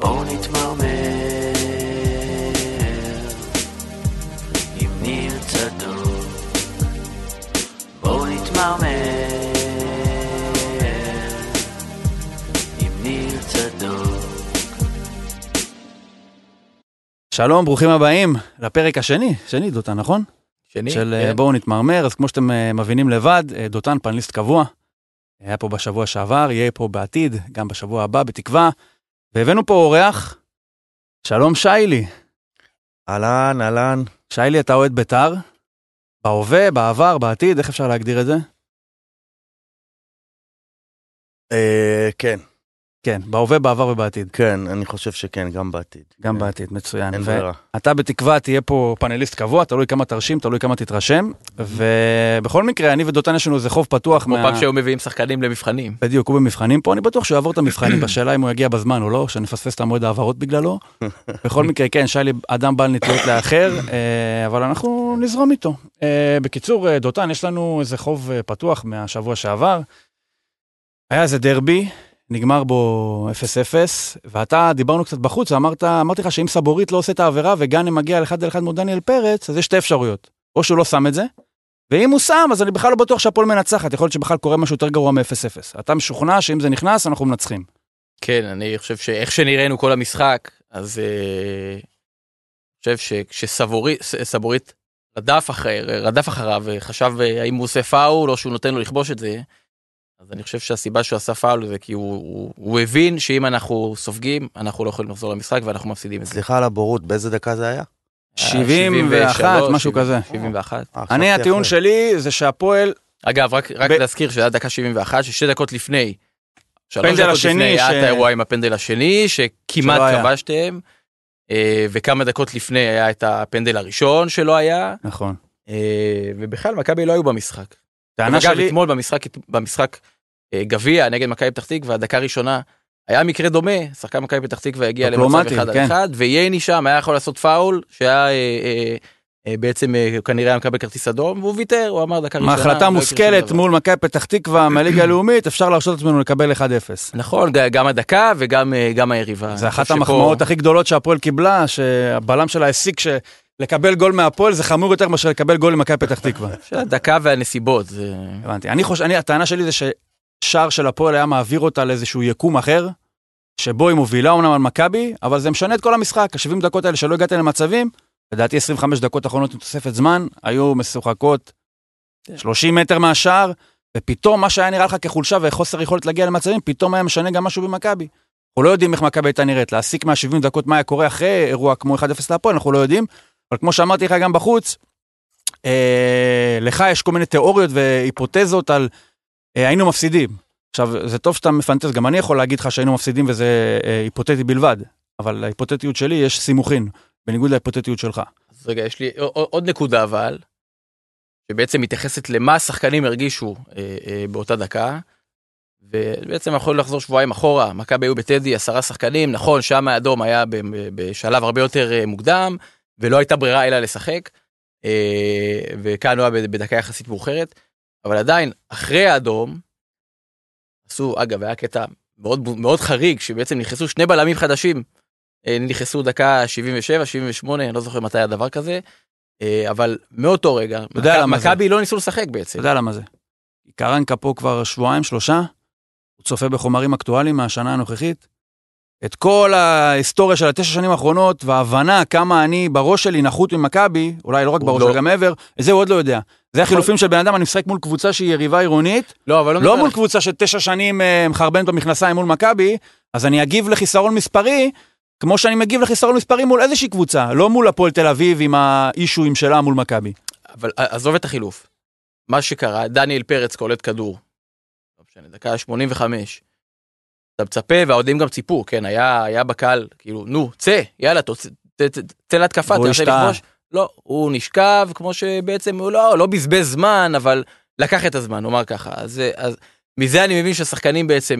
בואו נתמרמר עם ניר צדוק, בואו נתמרמר עם ניר צדוק. שלום, ברוכים הבאים לפרק השני, דותן, נכון? שני, של כן. בואו נתמרמר. אז כמו שאתם מבינים לבד, דותן פאנליסט קבוע, היה פה בשבוע שעבר, יהיה פה בעתיד, גם בשבוע הבא, בתקווה, והבאנו פה אורח, שלום שיילי. אהלן. שיילי, אתה אוהד בית"ר? בהווה, בעבר, בעתיד, איך אפשר להגדיר את זה? כן. כן, בהווה, בעבר ובעתיד. כן, אני חושב שכן, גם בעתיד. גם בעתיד, מצוין. אין ברירה. אתה בתקווה תהיה פה פאנליסט קבוע, תלוי כמה תרשים, תלוי כמה תתרשם, ובכל מקרה, אני ודותן יש לנו איזה חוב פתוח. כמו פעם שהיו מביאים שחקנים למבחנים. בדיוק, הוא במבחנים פה, אני בטוח שהוא יעבור את המבחנים בשאלה אם הוא יגיע בזמן או לא, שנפספס את המועד העברות בגללו. בכל מקרה, כן, שיילי אדם בעל נטיות לאחר, אבל אנחנו נזרום איתו. בקיצור, דותן, יש לנו איזה חוב פתוח מהשבוע שעבר. היה איזה דרבי, נגמר בו 0-0, ואתה דיברנו קצת בחוץ, אמרתי לך שאם סבורית לא עושה את העבירה, וגאנם מגיע ל1-1 מול דניאל פרץ, אז יש שתי אפשרויות. או שהוא לא שם את זה, ואם הוא שם, אז אני בכלל לא בטוח שהפועל מנצחת, יכול להיות שבכלל קורה משהו יותר גרוע מ-0-0. אתה משוכנע שאם זה נכנס, אנחנו מנצחים. כן, אני חושב שאיך שנראינו כל המשחק, אז אני חושב שכשסבורית רדף אחריו, וחשב האם הוא עושה פאול, או שהוא נותן לו לכבוש את זה, אז אני חושב שהסיבה שהוא עשה פאול זה כי הוא הבין שאם אנחנו סופגים, אנחנו לא יכולים לחזור למשחק ואנחנו מפסידים את זה. סליחה על הבורות, באיזה דקה זה היה? 71, משהו כזה. 71. אני, הטיעון שלי זה שהפועל... אגב, רק להזכיר שזה היה דקה 71, ששתי דקות לפני, 3 פנדל דקות השני לפני היה את האירוע עם הפנדל השני, שכמעט כבשתם, וכמה דקות לפני היה את הפנדל הראשון שלא היה. נכון. ובכלל, מכבי לא היו במשחק. טענה אגב, שלי... אתמול במשחק גביע נגד מכבי פתח תקווה, הדקה הראשונה, היה מקרה דומה, שחקן מכבי פתח תקווה הגיע למצב 1-1, וייני שם היה יכול לעשות פאול, שהיה בעצם כנראה היה מקבל כרטיס אדום, והוא ויתר, הוא אמר דקה ראשונה. מהחלטה מושכלת מול מכבי פתח תקווה מהליגה הלאומית, אפשר להרשות עצמנו לקבל 1-0. נכון, גם הדקה וגם היריבה. זה אחת המחמאות הכי גדולות שהפועל קיבלה, שהבלם שלה הסיק לקבל גול מהפועל זה חמור יותר מאשר לקבל גול למכבי פתח תקווה. הדקה והנסיבות. הבנתי. הטענה שלי זה ששער של הפועל היה מעביר אותה לאיזשהו יקום אחר, שבו היא מובילה אומנם על מכבי, אבל זה משנה את כל המשחק. ה-70 דקות האלה שלא הגעתם למצבים, לדעתי 25 דקות אחרונות מתוספת זמן, היו משוחקות 30 מטר מהשער, ופתאום מה שהיה נראה לך כחולשה וחוסר יכולת להגיע למצבים, פתאום היה משנה גם משהו במכבי. אנחנו לא יודעים איך מכבי הייתה נראית, להסיק מה-70 דקות מה היה קורה אחרי אירוע כמו 1-0 להפועל, אנחנו לא יודעים. אבל כמו שאמרתי לך גם בחוץ, לך יש כל מיני תיאוריות והיפותזות על היינו מפסידים. עכשיו, זה טוב שאתה מפנטז, גם אני יכול להגיד לך שהיינו מפסידים וזה היפותטי בלבד, אבל להיפותטיות שלי יש סימוכין, בניגוד להיפותטיות שלך. אז רגע, יש לי עוד נקודה אבל, שבעצם מתייחסת למה השחקנים הרגישו באותה דקה, ובעצם יכול לחזור שבועיים אחורה, מכבי היו בטדי 10 שחקנים, נכון, שם האדום היה בשלב הרבה יותר מוקדם, ולא הייתה ברירה אלא לשחק, וכאן הוא היה בדקה יחסית מאוחרת, אבל עדיין, אחרי האדום, עשו, אגב, היה קטע מאוד, מאוד חריג, שבעצם נכנסו 2 בלמים חדשים, נכנסו דקה 77, 78, אני לא זוכר מתי היה דבר כזה, אבל מאותו רגע, מכבי לא ניסו לשחק בעצם. אתה יודע למה זה? קרנקה פה כבר 2-3, הוא צופה בחומרים אקטואליים מהשנה הנוכחית, את כל ההיסטוריה של 9 שנים האחרונות, וההבנה כמה אני בראש שלי נחות ממכבי, אולי לא רק בראש שלי, גם מעבר, זה הוא עוד לא יודע. זה החילופים של בן אדם, אני משחק מול קבוצה שהיא יריבה עירונית, לא מול קבוצה של 9 שנים מחרבנת במכנסיים מול מכבי, אז אני אגיב לחיסרון מספרי, כמו שאני מגיב לחיסרון מספרי מול איזושהי קבוצה, לא מול הפועל תל אביב עם האישויים שלה מול מכבי. אבל עזוב את החילוף. מה שקרה, דניאל פרץ קולט כדור. דקה 85. אתה מצפה, והעודים גם ציפו, כן, היה בקהל, כאילו, נו, צא, יאללה, צא להתקפה, תנסה לכבוש. לא, הוא נשכב, כמו שבעצם הוא לא בזבז זמן, אבל לקח את הזמן, נאמר ככה. אז מזה אני מבין שהשחקנים בעצם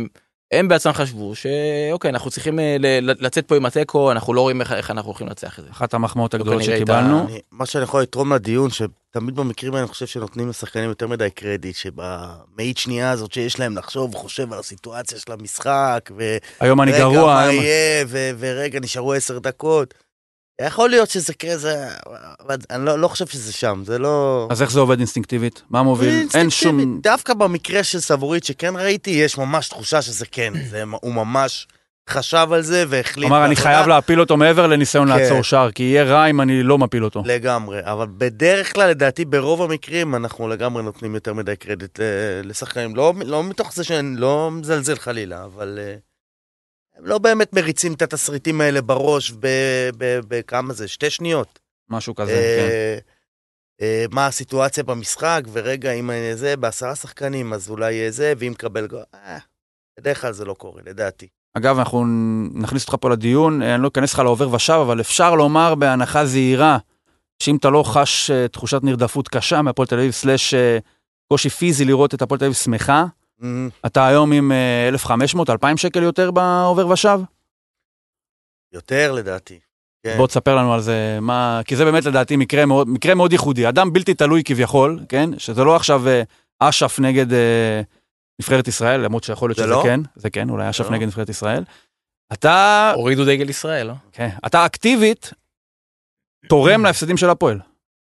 הם בעצם חשבו שאוקיי, אנחנו צריכים לצאת פה עם התיקו, אנחנו לא רואים איך אנחנו הולכים לנצח את זה. אחת המחמאות הגדולות שקיבלנו. מה שאני יכול לתרום לדיון, שתמיד במקרים האלה אני חושב שנותנים לשחקנים יותר מדי קרדיט, שבמאית שנייה הזאת שיש להם לחשוב, חושב על הסיטואציה של המשחק, היום אני גרוע. ורגע מה יהיה, ורגע נשארו 10 דקות. יכול להיות שזה כזה, אבל אני לא חושב שזה שם, זה לא... אז איך זה עובד אינסטינקטיבית? מה מוביל? אין שום... דווקא במקרה של סבורית שכן ראיתי, יש ממש תחושה שזה כן, הוא ממש חשב על זה והחליט... אמר, אני חייב להפיל אותו מעבר לניסיון לעצור שער, כי יהיה רע אם אני לא מפיל אותו. לגמרי, אבל בדרך כלל, לדעתי, ברוב המקרים, אנחנו לגמרי נותנים יותר מדי קרדיט לשחקנים, לא מתוך זה שאני לא מזלזל חלילה, אבל... הם לא באמת מריצים את התסריטים האלה בראש בכמה זה, 2 שניות. משהו כזה, כן. מה הסיטואציה במשחק, ורגע, אם זה, ב10 שחקנים, אז אולי זה, ואם קבל גול, בדרך כלל זה לא קורה, לדעתי. אגב, אנחנו נכניס אותך פה לדיון, אני לא אכנס לך לעובר ושב, אבל אפשר לומר בהנחה זהירה, שאם אתה לא חש תחושת נרדפות קשה מהפועל תל אביב, סלש קושי פיזי לראות את הפועל תל אביב שמחה, אתה היום עם 1,500-2,000 שקל יותר בעובר ושב? יותר לדעתי. בוא תספר לנו על זה, כי זה באמת לדעתי מקרה מאוד ייחודי, אדם בלתי תלוי כביכול, כן? שזה לא עכשיו אשף נגד נבחרת ישראל, למרות שיכול להיות שזה כן, זה כן, אולי אשף נגד נבחרת ישראל. אתה... הורידו דגל ישראל, לא? כן, אתה אקטיבית תורם להפסדים של הפועל.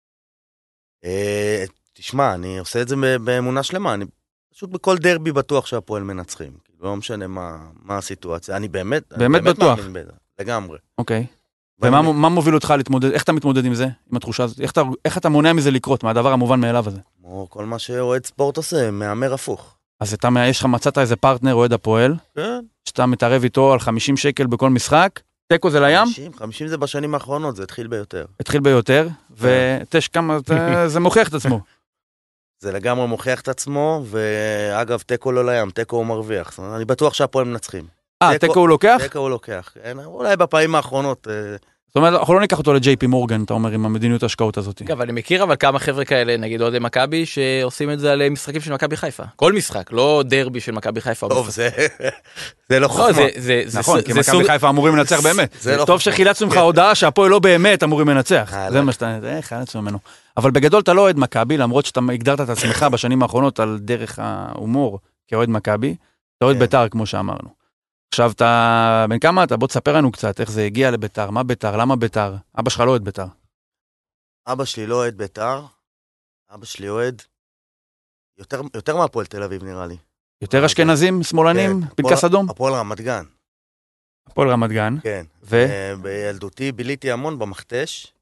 תשמע, אני עושה את זה באמונה שלמה, אני פשוט בכל דרבי בטוח שהפועל מנצחים, לא משנה מה הסיטואציה, אני באמת בטוח. מאמין בזה, לגמרי. אוקיי. ומה מוביל אותך להתמודד, איך אתה מתמודד עם זה, עם התחושה הזאת, איך אתה מונע מזה לקרות, מהדבר המובן מאליו הזה? כמו כל מה שאוהד ספורט עושה, מאמר הפוך. אז יש לך מצאת איזה פרטנר אוהד הפועל, כן. שאתה מתערב איתו על 50 שקל בכל משחק, תיקו זה לים? 50 זה בשנים האחרונות, זה התחיל ביותר, ותש כמה, זה מוכיח את עצמו. זה לגמרי מוכיח את עצמו, ואגב, תיקו לא לים, תיקו הוא מרוויח. זאת אומרת, אני בטוח שהפועל מנצחים. תיקו הוא לוקח? תיקו הוא לוקח. אולי בפעמים האחרונות. זאת אומרת, אנחנו לא ניקח אותו לג'יי-פי מורגן, אתה אומר, עם המדיניות ההשקעות הזאת. אבל אני מכיר אבל כמה חבר'ה כאלה, נגיד אוהדי מכבי, שעושים את זה על משחקים של מכבי חיפה. כל משחק, לא דרבי של מכבי חיפה. טוב, זה לא חוכמה. נכון, כי מכבי חיפה אמורים לנצח באמת. טוב שחילצנו ממך הודעה שהפועל לא באמת אמורים לנצח. זה מה שאתה... חילצנו ממנו. אבל בגדול אתה לא אוהד מכבי, למרות שאתה הגדרת את עצמך בשנים האחרונות על דרך ההומור כאוהד מכבי, אתה אוהד בית"ר כמו שאמרנו. עכשיו אתה, בין כמה אתה, בוא תספר לנו קצת איך זה הגיע לבית"ר, מה בית"ר, למה בית"ר? אבא שלך לא אוהד בית"ר. אבא שלי לא אוהד בית"ר, אבא שלי אוהד יותר מהפועל תל אביב נראה לי. יותר אשכנזים, שמאלנים, פנקס אדום? הפועל רמת גן. הפועל רמת גן. כן. בילדותי ביליתי המון במכתש.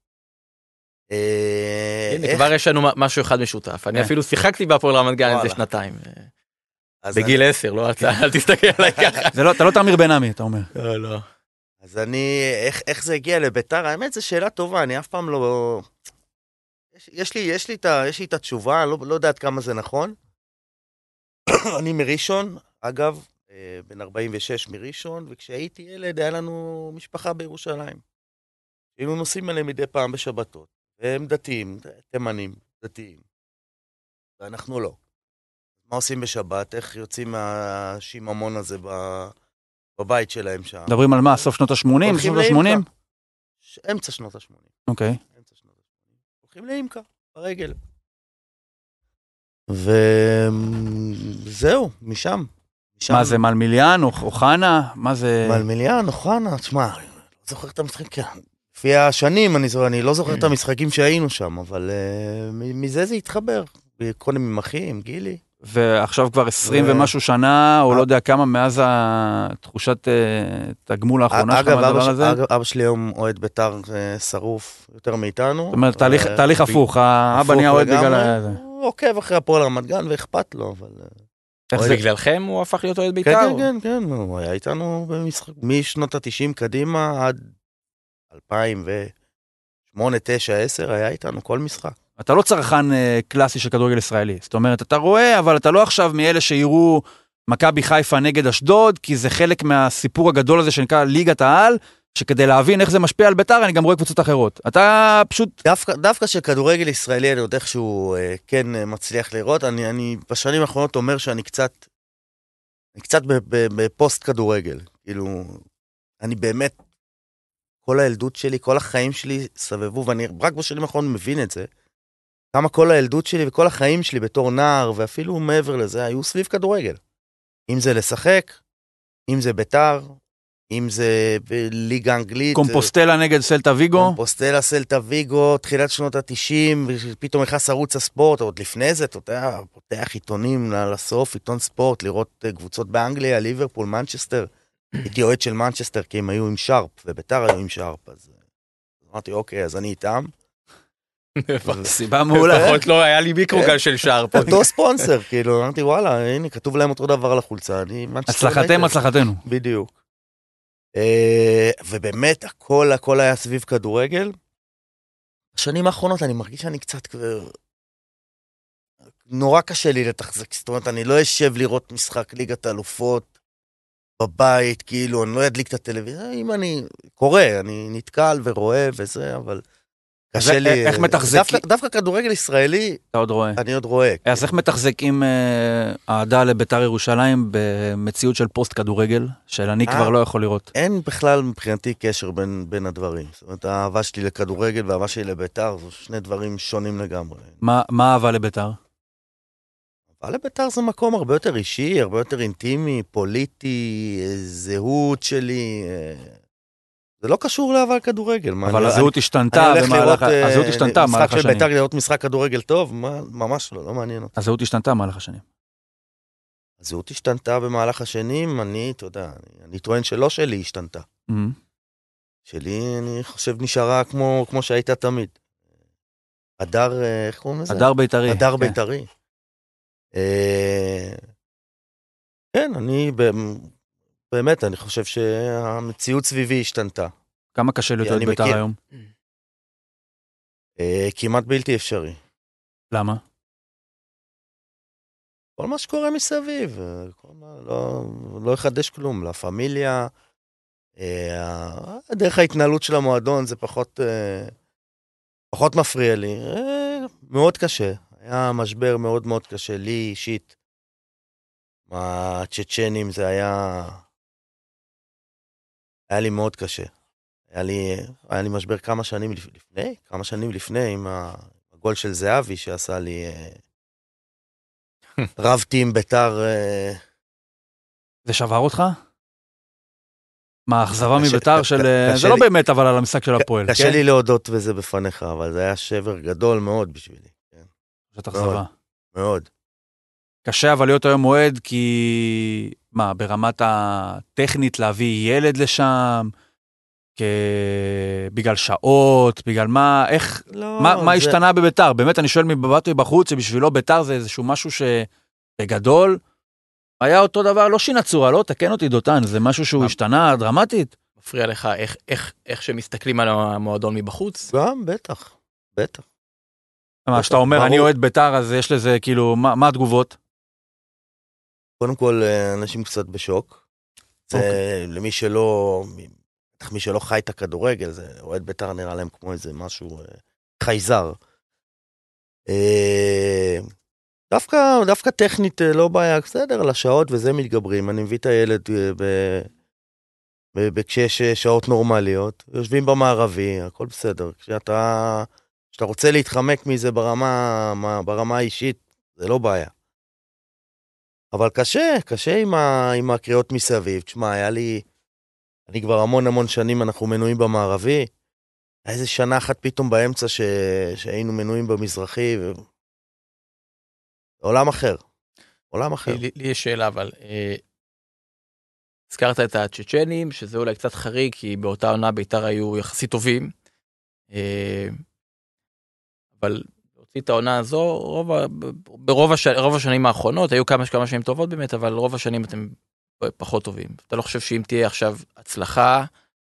הנה, כבר יש לנו משהו אחד משותף. אני אפילו שיחקתי בהפועל רמת גן איזה 2 בגיל 10, לא, אל תסתכל עליי ככה. אתה לא תמיר בן עמי, אתה אומר. לא. אז איך זה הגיע לבית"ר? האמת, זו שאלה טובה, אני אף פעם לא... יש לי את התשובה, לא יודעת כמה זה נכון. אני מראשון, אגב, בן 46 מראשון, וכשהייתי ילד, היה לנו משפחה בירושלים. היינו נוסעים עליהם מדי פעם בשבתות, והם דתיים, תימנים, דתיים, ואנחנו לא. מה עושים בשבת? איך יוצאים מהשיממון הזה בבית שלהם שם? מדברים על מה? סוף שנות ה-80? שנות ה-80? אמצע שנות ה-80. אוקיי. הולכים לאימקה, ברגל. וזהו, משם. מה זה, מלמיליאן או חנה? מה זה... מלמיליאן או חנה, תשמע, אני לא זוכר את המשחקים, לפי השנים אני לא זוכר את המשחקים שהיינו שם, אבל מזה זה התחבר. קודם עם אחי, עם גילי. ועכשיו כבר 20 ומשהו שנה, או לא יודע כמה, מאז התחושת תגמול האחרונה שלך מהדבר הזה. אגב, אבא שלי היום אוהד בית"ר שרוף יותר מאיתנו. זאת אומרת, תהליך הפוך, האבא נהיה אוהד בגלל זה. הוא עוקב אחרי הפועל רמת גן ואכפת לו, אבל... בגללכם הוא הפך להיות אוהד בית"ר? כן, הוא היה איתנו במשחק, משנות ה-90 קדימה עד 2008, 9, 10, היה איתנו כל משחק. אתה לא צרכן קלאסי של כדורגל ישראלי. זאת אומרת, אתה רואה, אבל אתה לא עכשיו מאלה שיראו מכבי חיפה נגד אשדוד, כי זה חלק מהסיפור הגדול הזה שנקרא ליגת העל, שכדי להבין איך זה משפיע על בית"ר, אני גם רואה קבוצות אחרות. אתה פשוט... דווקא שכדורגל ישראלי, אני יודע איך שהוא כן מצליח לראות, אני בשנים האחרונות אומר שאני קצת אני קצת בפוסט כדורגל, כאילו, אני באמת, כל הילדות שלי, כל החיים שלי סבבו, ואני רק בשנים האחרונות מבין את זה, כמה כל הילדות שלי וכל החיים שלי בתור נער, ואפילו מעבר לזה, היו סביב כדורגל. אם זה לשחק, אם זה ביתר, אם זה ליגה אנגלית. קומפוסטלה נגד סלטה ויגו. קומפוסטלה, סלטה ויגו, תחילת שנות ה-90, ופתאום נכנס ערוץ הספורט, עוד לפני זה, אתה יודע, פותח עיתונים לסוף, עיתון ספורט, לראות קבוצות באנגליה, ליברפול, מנצ'סטר. הייתי אוהד של מנצ'סטר, כי הם היו עם שרפ, וביתר היו עם שרפ, אז אמרתי, אוקיי, אז אני איתם. סיבה מעולה. לפחות לא היה לי מיקרוגל של שרפ. אותו ספונסר, כאילו, אמרתי, וואלה, הנה, כתוב להם אותו דבר על החולצה. הצלחתם, הצלחתנו. בדיוק. ובאמת, הכל היה סביב כדורגל. בשנים האחרונות אני מרגיש שאני קצת נורא קשה לי לתחזק, זאת אומרת, אני לא אשב לראות משחק ליגת האלופות בבית, כאילו, אני לא אדליק את הטלוויזיה, אם אני קורא, אני נתקל ורואה וזה, אבל קשה לי. איך מתחזקים? דווקא כדורגל ישראלי, אתה עוד רואה. אני עוד רואה. אז איך מתחזקים אהדה לביתר ירושלים במציאות של פוסט כדורגל, שאני כבר לא יכול לראות? אין בכלל מבחינתי קשר בין הדברים. זאת אומרת, האהבה שלי לכדורגל והאהבה שלי לביתר, זה שני דברים שונים לגמרי. מה אהבה לביתר? אהבה לביתר זה מקום הרבה יותר אישי, הרבה יותר אינטימי, פוליטי, זהות שלי. זה לא קשור לאהבה לכדורגל. אבל הזהות השתנתה במהלך השנים. משחק של ביתר לראות משחק כדורגל טוב, ממש לא מעניין אותי. הזהות השתנתה במהלך השנים. הזהות השתנתה במהלך השנים, אתה יודע, אני טוען שלא שלי השתנתה. שלי, אני חושב, נשארה כמו שהייתה תמיד. הדר, איך קוראים לזה? הדר בית"רי. הדר בית"רי. כן, באמת, אני חושב שהמציאות סביבי השתנתה. כמה קשה להיות אוהד בית"ר היום? כמעט בלתי אפשרי. למה? כל מה שקורה מסביב, לא יחדש כלום. לפמיליה, דרך ההתנהלות של המועדון זה פחות מפריע לי. מאוד קשה. היה משבר מאוד מאוד קשה לי אישית. הצ'צ'נים זה היה לי מאוד קשה. היה לי משבר כמה שנים לפני עם הגול של זהבי שעשה לי רבתי עם ביתר. זה שבר אותך? מה, אכזבה מביתר של... זה לא באמת אבל על המשחק של הפועל. קשה לי להודות בזה בפניך, אבל זה היה שבר גדול מאוד בשבילי. זאת אכזבה. מאוד. קשה אבל להיות היום מועד, כי מה, ברמת הטכנית להביא ילד לשם, בגלל שעות, בגלל מה, איך, מה השתנה בביתר? באמת אני שואל מבט בחוץ, שבשבילו ביתר זה איזשהו משהו שבגדול, היה אותו דבר, לא שינה צורה, לא? תקן אותי דותן, זה משהו שהוא השתנה דרמטית? מפריע לך איך שמסתכלים על המועדון מבחוץ? גם, בטח. מה, שאתה אומר, אני אוהד ביתר, אז יש לזה, כאילו, מה התגובות? קודם כל, אנשים קצת בשוק. למי שלא, מי שלא חי את הכדורגל, זה אוהד ביתר נראה להם כמו איזה משהו חייזר. דווקא טכנית לא בעיה, בסדר, על השעות וזה מתגברים. אני מביא את הילד כשיש שעות נורמליות, יושבים במערבי, הכל בסדר. כשאתה רוצה להתחמק מזה ברמה האישית, זה לא בעיה. אבל קשה עם הקריאות מסביב. תשמע, אני כבר המון שנים אנחנו מנויים במערבי, היה איזה שנה אחת פתאום באמצע שהיינו מנויים במזרחי, עולם אחר. לי יש שאלה, אבל הזכרת את הצ'צ'נים, שזה אולי קצת חריג, כי באותה עונה ביתר היו יחסית טובים, אבל להוציא את העונה הזו, ברוב השנים האחרונות, היו כמה שנים טובות באמת, אבל רוב השנים אתם פחות טובים. אתה לא חושב שאם תהיה עכשיו הצלחה,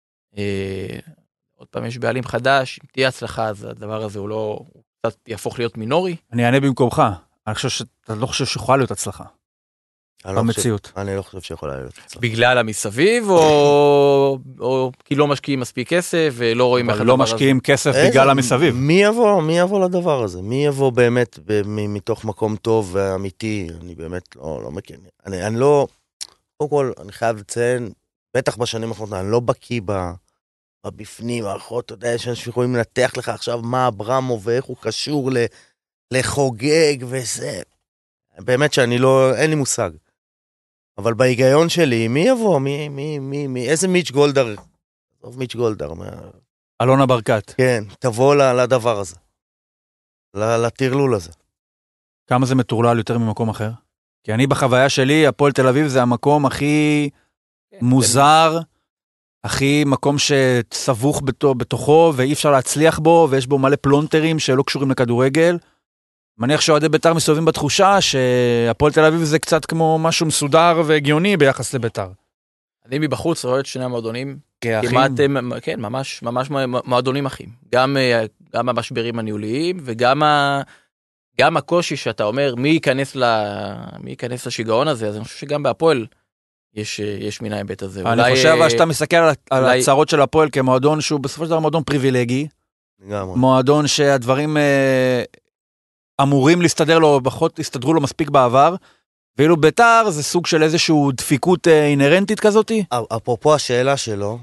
עוד פעם יש בעלים חדש, אם תהיה הצלחה, אז הדבר הזה הוא קצת יהפוך להיות מינורי? אני אענה במקומך. אתה לא חושב שיכולה להיות הצלחה. במציאות. אני לא חושב שיכולה להיות הצלחה. בגלל המסביב, או כי לא משקיעים מספיק כסף, ולא רואים איך הדבר הזה? לא משקיעים כסף בגלל המסביב. מי יבוא לדבר הזה? מי יבוא באמת מתוך מקום טוב ואמיתי? אני באמת לא מכיר. אני לא... קודם כל, אני חייב לציין, בטח בשנים האחרונות, אני לא בקיא בבפנים, האחרות, אתה יודע, יש אנשים שיכולים לנתח לך עכשיו מה אברמו ואיך הוא קשור לחוגג וזה. באמת שאני לא, אין לי מושג. אבל בהיגיון שלי, מי יבוא? איזה מיץ' גולדהר? טוב, מיץ' גולדהר. אלונה ברקת. כן, תבוא לדבר הזה. לטרלול הזה. כמה זה מטורלל יותר ממקום אחר? כי אני בחוויה שלי, הפועל תל אביב זה המקום הכי מוזר, הכי מקום שצבוך בתוכו, ואי אפשר להצליח בו, ויש בו מלא פלונטרים שלא קשורים לכדורגל. מניח שאוהדי בית"ר מסתובבים בתחושה שהפועל תל אביב זה קצת כמו משהו מסודר והגיוני ביחס לבית"ר. אני מבחוץ רואה את שני המועדונים, כמעט, כן, ממש מועדונים אחים. גם המשברים הניהוליים, וגם הקושי שאתה אומר, מי ייכנס לשיגעון הזה, אז אני חושב שגם בהפועל יש מן ההיבט הזה. אני חושב שאתה מסתכל על הצערות של הפועל כמועדון שהוא בסופו של דבר מועדון פריבילגי, מועדון שהדברים אמורים להסתדר לו, פחות הסתדרו לו מספיק בעבר, ואילו בית"ר זה סוג של איזשהו דפיקות אינרנטית כזאת? אפרופו השאלה שלו,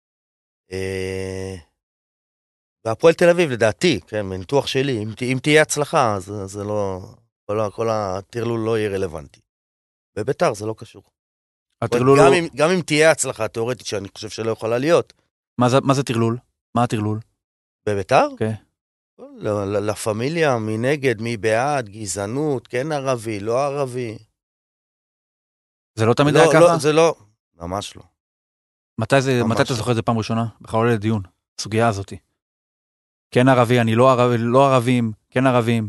והפועל תל אביב לדעתי, כן, מניתוח שלי, אם תהיה הצלחה, אז זה לא, כל הטרלול לא יהיה רלוונטי. בבית"ר זה לא קשור. גם אם תהיה הצלחה תיאורטית שאני חושב שלא יכולה להיות. מה זה טרלול? מה הטרלול? בבית"ר? כן. לפמיליה, מנגד, מבעד, גזענות, כן ערבי, לא ערבי. זה לא תמיד היה ככה? זה לא, ממש לא. מתי אתה זוכר את זה פעם ראשונה? בכלל עולה לדיון, הסוגיה הזאת. כן ערבי, אני לא ערבי, לא ערבים, כן ערבים.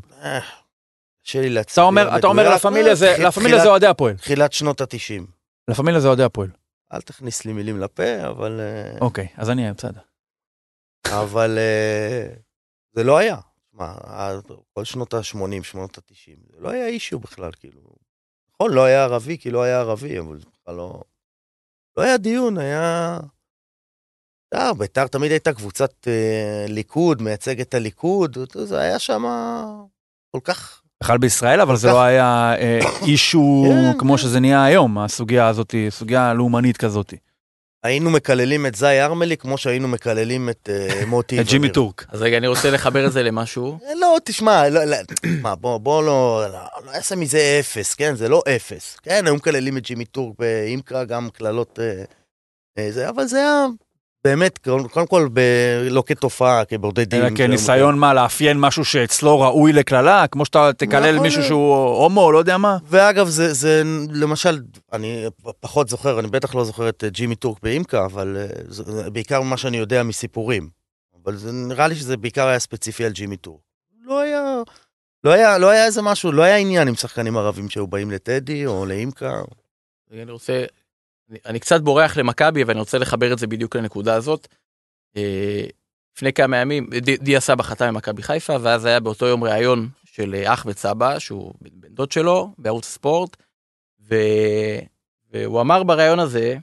אתה אומר לפמיליה זה אוהדי הפועל. תחילת שנות ה-90. לפמיליה זה אוהדי הפועל. אל תכניס לי מילים לפה, אבל... אוקיי, אז אני אהיה בסדר. אבל זה לא היה. כל שנות ה-80, שנות ה-90, זה לא היה אישיו בכלל, כאילו. נכון, לא היה ערבי, כי לא היה ערבי, אבל זה בכלל לא... לא היה דיון, היה... בית"ר תמיד הייתה קבוצת ליכוד, מייצג את הליכוד, זה היה שם כל כך... בכלל בישראל, אבל זה לא היה אישו כמו שזה נהיה היום, הסוגיה הזאת, סוגיה לאומנית כזאת. היינו מקללים את זי ארמלי, כמו שהיינו מקללים את מוטי... את ג'ימי טורק. אז רגע, אני רוצה לחבר את זה למשהו. לא, תשמע, בוא לא אעשה מזה אפס, כן? זה לא אפס. כן, היו מקללים את ג'ימי טורק באימקרה, גם כללות אבל זה היה... באמת, קודם כל, לא כתופעה, כבודדים. אלא כניסיון מה, לאפיין משהו שאצלו ראוי לכללה, כמו שאתה תקלל מישהו שהוא הומו, לא יודע מה. ואגב, זה למשל, אני פחות זוכר, אני בטח לא זוכר את ג'ימי טורק באימקה, אבל זה בעיקר מה שאני יודע מסיפורים. אבל נראה לי שזה בעיקר היה ספציפי על ג'ימי טורק. לא היה איזה משהו, לא היה עניין עם שחקנים ערבים שהיו באים לטדי או לאימקה. אני קצת בורח למכבי, ואני רוצה לחבר את זה בדיוק לנקודה הזאת. לפני כמה ימים, דיה סבא חתם ממכבי חיפה, ואז היה באותו יום ראיון של אח וסבא, שהוא בן דוד שלו, בערוץ הספורט, והוא אמר בראיון הזה,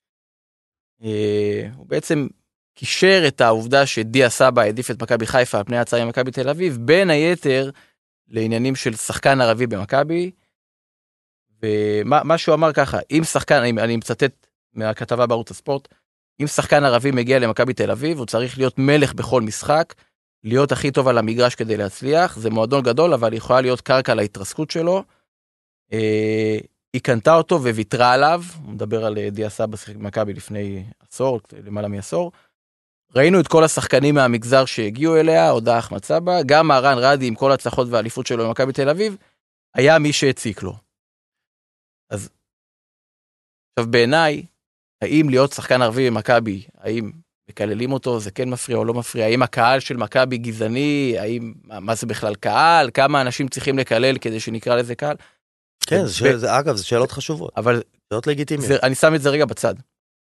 הוא בעצם קישר את העובדה שדיה סבא העדיף את מכבי חיפה על פני הצעה עם מכבי תל אביב, בין היתר לעניינים של שחקן ערבי במכבי, ומה שהוא אמר ככה, אם שחקן, אני מצטט מהכתבה בערוץ הספורט, אם שחקן ערבי מגיע למכבי תל אביב, הוא צריך להיות מלך בכל משחק, להיות הכי טוב על המגרש כדי להצליח, זה מועדון גדול, אבל יכולה להיות קרקע להתרסקות שלו, היא קנתה אותו וויתרה עליו, הוא מדבר על דיה סבא מכבי לפני עשור, למעלה מעשור, ראינו את כל השחקנים מהמגזר שהגיעו אליה, הודעה אחמד סבא, גם מהרן רדי עם כל הצלחות והאליפות שלו במכבי תל אביב, היה מי שהציק לו. אז עכשיו בעיניי, האם להיות שחקן ערבי במכבי, האם מקללים אותו, זה כן מפריע או לא מפריע, האם הקהל של מכבי גזעני, האם, מה זה בכלל קהל, כמה אנשים צריכים לקלל כדי שנקרא לזה קהל? כן, אגב, זה שאלות חשובות, אבל שאלות לגיטימיות. אני שם את זה רגע בצד.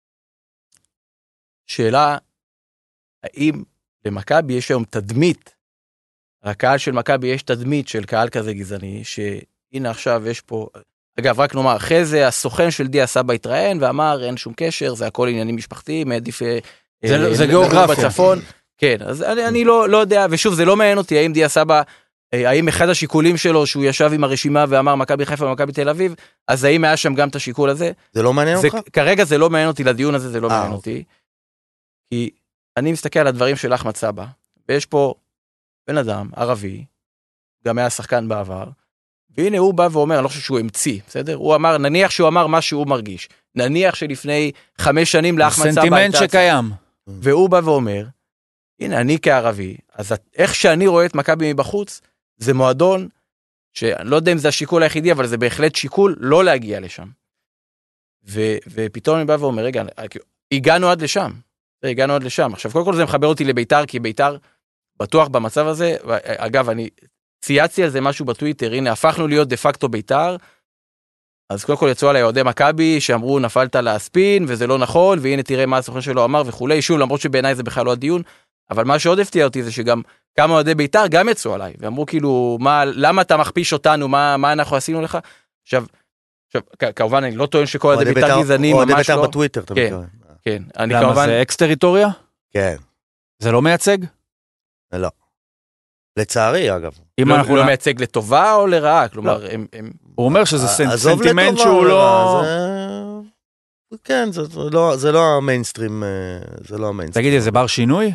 שאלה, האם למכבי יש היום תדמית, הקהל של מכבי יש תדמית של קהל כזה גזעני, שהנה עכשיו יש פה... אגב, רק נאמר, אחרי זה הסוכן של דיה סבא התראיין ואמר, אין שום קשר, זה הכל עניינים משפחתיים, מעדיף... זה גיאוגרפיה. בצפון. כן, אז אני לא יודע, ושוב, זה לא מעניין אותי, האם דיה סבא האם אחד השיקולים שלו, שהוא ישב עם הרשימה ואמר מכבי חיפה ומכבי תל אביב, אז האם היה שם גם את השיקול הזה? זה לא מעניין אותך? כרגע זה לא מעניין אותי, לדיון הזה זה לא מעניין אותי. כי אני מסתכל על הדברים של אחמד סבא, ויש פה בן אדם, ערבי, גם היה שחקן בעבר, והנה הוא בא ואומר, אני לא חושב שהוא המציא, בסדר? הוא אמר, נניח שהוא אמר מה שהוא מרגיש, נניח שלפני 5 שנים לאחמד סבא סנטימנט שקיים. והוא בא ואומר, הנה, אני כערבי, אז איך שאני רואה את מכבי מבחוץ, זה מועדון, שאני לא יודע אם זה השיקול היחידי, אבל זה בהחלט שיקול לא להגיע לשם. ופתאום אני בא ואומר, רגע, הגענו עד לשם. עכשיו, קודם כל זה מחבר אותי לביתר, כי ביתר בטוח במצב הזה, אגב, אני צייצתי על זה משהו בטוויטר, הנה, הפכנו להיות דה פקטו ביתר, אז קודם כל יצאו עליי אוהדי מכבי, שאמרו, נפלת להספין, וזה לא נכון, והנה תראה מה הסוכן שלו אמר וכולי, שוב, למרות שבעיניי זה בכלל לא הדיון, אבל מה שעוד הפתיע אותי זה שגם כמה אוהדי ביתר גם יצאו עליי, ואמרו כאילו, למה אתה מכפיש אותנו, מה אנחנו עשינו לך? עכשיו, כמובן, אני לא טוען שכל אוהדי ביתר גזענים, ממש לא. אוהדי ביתר בטוויטר, אתה מתכוון. כן, אני למה, כמובן... זה אקס טריטוריה? כן. זה לא מייצג? לא. לצערי, אגב. אם אנחנו לא מייצג לטובה או לרעה, כלומר, הוא אומר שזה סנטימנט שהוא לא... כן, זה לא המיינסטרים, זה לא המיינסטרים. תגידי, זה בר שינוי?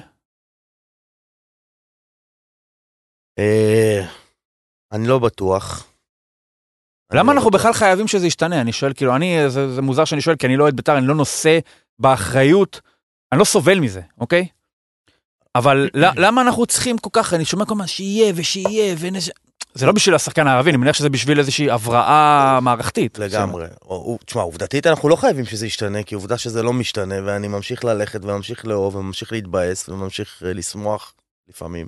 אני לא בטוח. למה אנחנו בכלל חייבים שזה ישתנה? אני שואל, כאילו, זה מוזר שאני שואל, כי אני לא אוהד בית"ר, אני לא נושא באחריות, אני לא סובל מזה, אוקיי? אבל למה אנחנו צריכים כל כך, אני שומע כל מה שיהיה ושיהיה, זה לא בשביל השחקן הערבי, אני מניח שזה בשביל איזושהי הבראה מערכתית. לגמרי. תשמע, עובדתית אנחנו לא חייבים שזה ישתנה, כי עובדה שזה לא משתנה, ואני ממשיך ללכת וממשיך לאהוב וממשיך להתבאס וממשיך לשמוח לפעמים.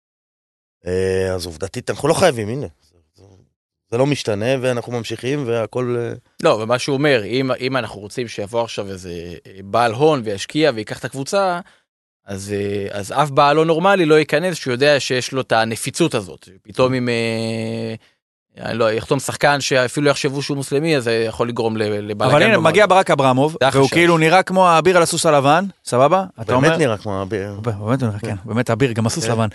אז עובדתית אנחנו לא חייבים, הנה. זה לא משתנה ואנחנו ממשיכים והכל... לא, ומה שהוא אומר, אם אנחנו רוצים שיבוא עכשיו איזה בעל הון וישקיע ויקח את הקבוצה, אז אף בעל לא נורמלי לא ייכנס שהוא יודע שיש לו את הנפיצות הזאת. פתאום אם יחתום שחקן שאפילו יחשבו שהוא מוסלמי, אז זה יכול לגרום לבלגן. אבל הנה, מגיע ברק אברמוב, והוא כאילו נראה כמו האביר על הסוס הלבן, סבבה? באמת נראה כמו האביר. באמת נראה, כן, באמת האביר, גם הסוס לבן.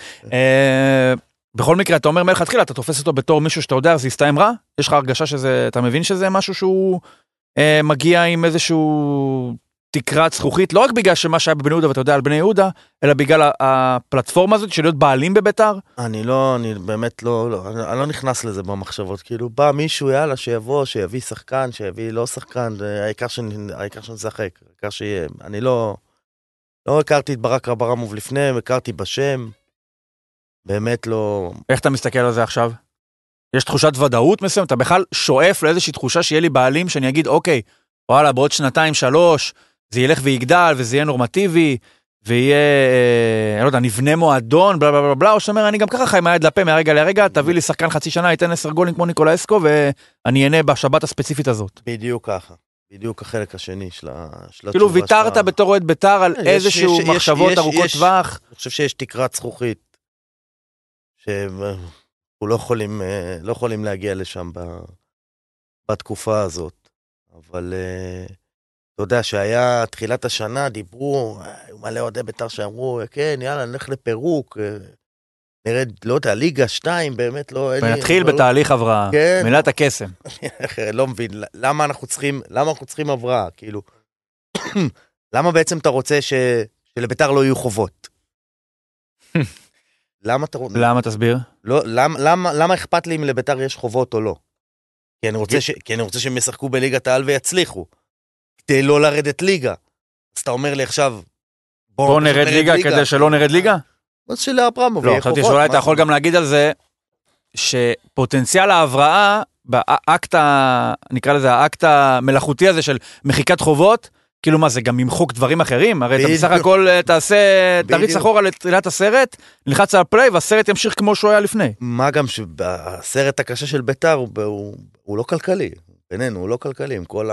בכל מקרה, אתה אומר מלך התחילה, אתה תופס אותו בתור מישהו שאתה יודע, זה יסתיים רע? יש לך הרגשה שזה, אתה מבין שזה משהו שהוא מגיע עם איזשהו תקרת זכוכית, לא רק בגלל שמה שהיה בבני יהודה ואתה יודע על בני יהודה, אלא בגלל הפלטפורמה הזאת של להיות בעלים בביתר? אני באמת לא, אני לא נכנס לזה במחשבות, כאילו בא מישהו, יאללה, שיבוא, שיביא שחקן, שיביא לא שחקן, העיקר שנשחק, העיקר שיהיה, אני לא הכרתי את ברק אברמוב לפני, הכרתי בשם, באמת לא... איך אתה מסתכל על זה עכשיו? יש תחושת ודאות מסוים? אתה בכלל שואף לאיזושהי תחושה שיהיה לי בעלים שאני אגיד, אוקיי, וואלה, בעוד 2-3, זה ילך ויגדל, וזה יהיה נורמטיבי, ויהיה, אני לא יודע, נבנה מועדון, בלה בלה בלה בלה, או שאומר, אני גם ככה חי מהיד לפה, מהרגע לרגע, תביא לי שחקן חצי שנה, ייתן 10 גולים כמו ניקולאסקו, ואני אהנה בשבת הספציפית הזאת. בדיוק ככה. בדיוק החלק השני של התשובה. כאילו ויתרת בתור אוהד ביתר על איזשהו מחשבות ארוכות טווח. אני חושב שיש תקרת זכוכית, שאנחנו לא יכולים להגיע לשם בתקופה הזאת. אבל אתה יודע שהיה תחילת השנה, דיברו, מלא אוהדי בית"ר שאמרו, כן, יאללה, נלך לפירוק, נרד, לא יודע, ליגה 2, באמת לא... ונתחיל בתהליך הבראה, מילת הקסם. לא מבין, למה אנחנו צריכים הבראה, כאילו, למה בעצם אתה רוצה שלבית"ר לא יהיו חובות? למה תסביר? למה אכפת לי אם לבית"ר יש חובות או לא? כי אני רוצה שהם ישחקו בליגת העל ויצליחו. כדי לא לרדת ליגה. אז אתה אומר לי עכשיו... בוא נרד ליגה כדי שלא נרד ליגה? אז של אברמוב. לא, חשבתי שאולי אתה יכול גם להגיד על זה, שפוטנציאל ההבראה, באקט, נקרא לזה, האקט המלאכותי הזה של מחיקת חובות, כאילו מה, זה גם ימחוק דברים אחרים? הרי אתה בסך הכל תריץ אחורה לתחילת הסרט, נלחץ על הפליי, והסרט ימשיך כמו שהוא היה לפני. מה גם שהסרט הקשה של בית"ר הוא לא כלכלי. בינינו, הוא לא כלכלי, עם כל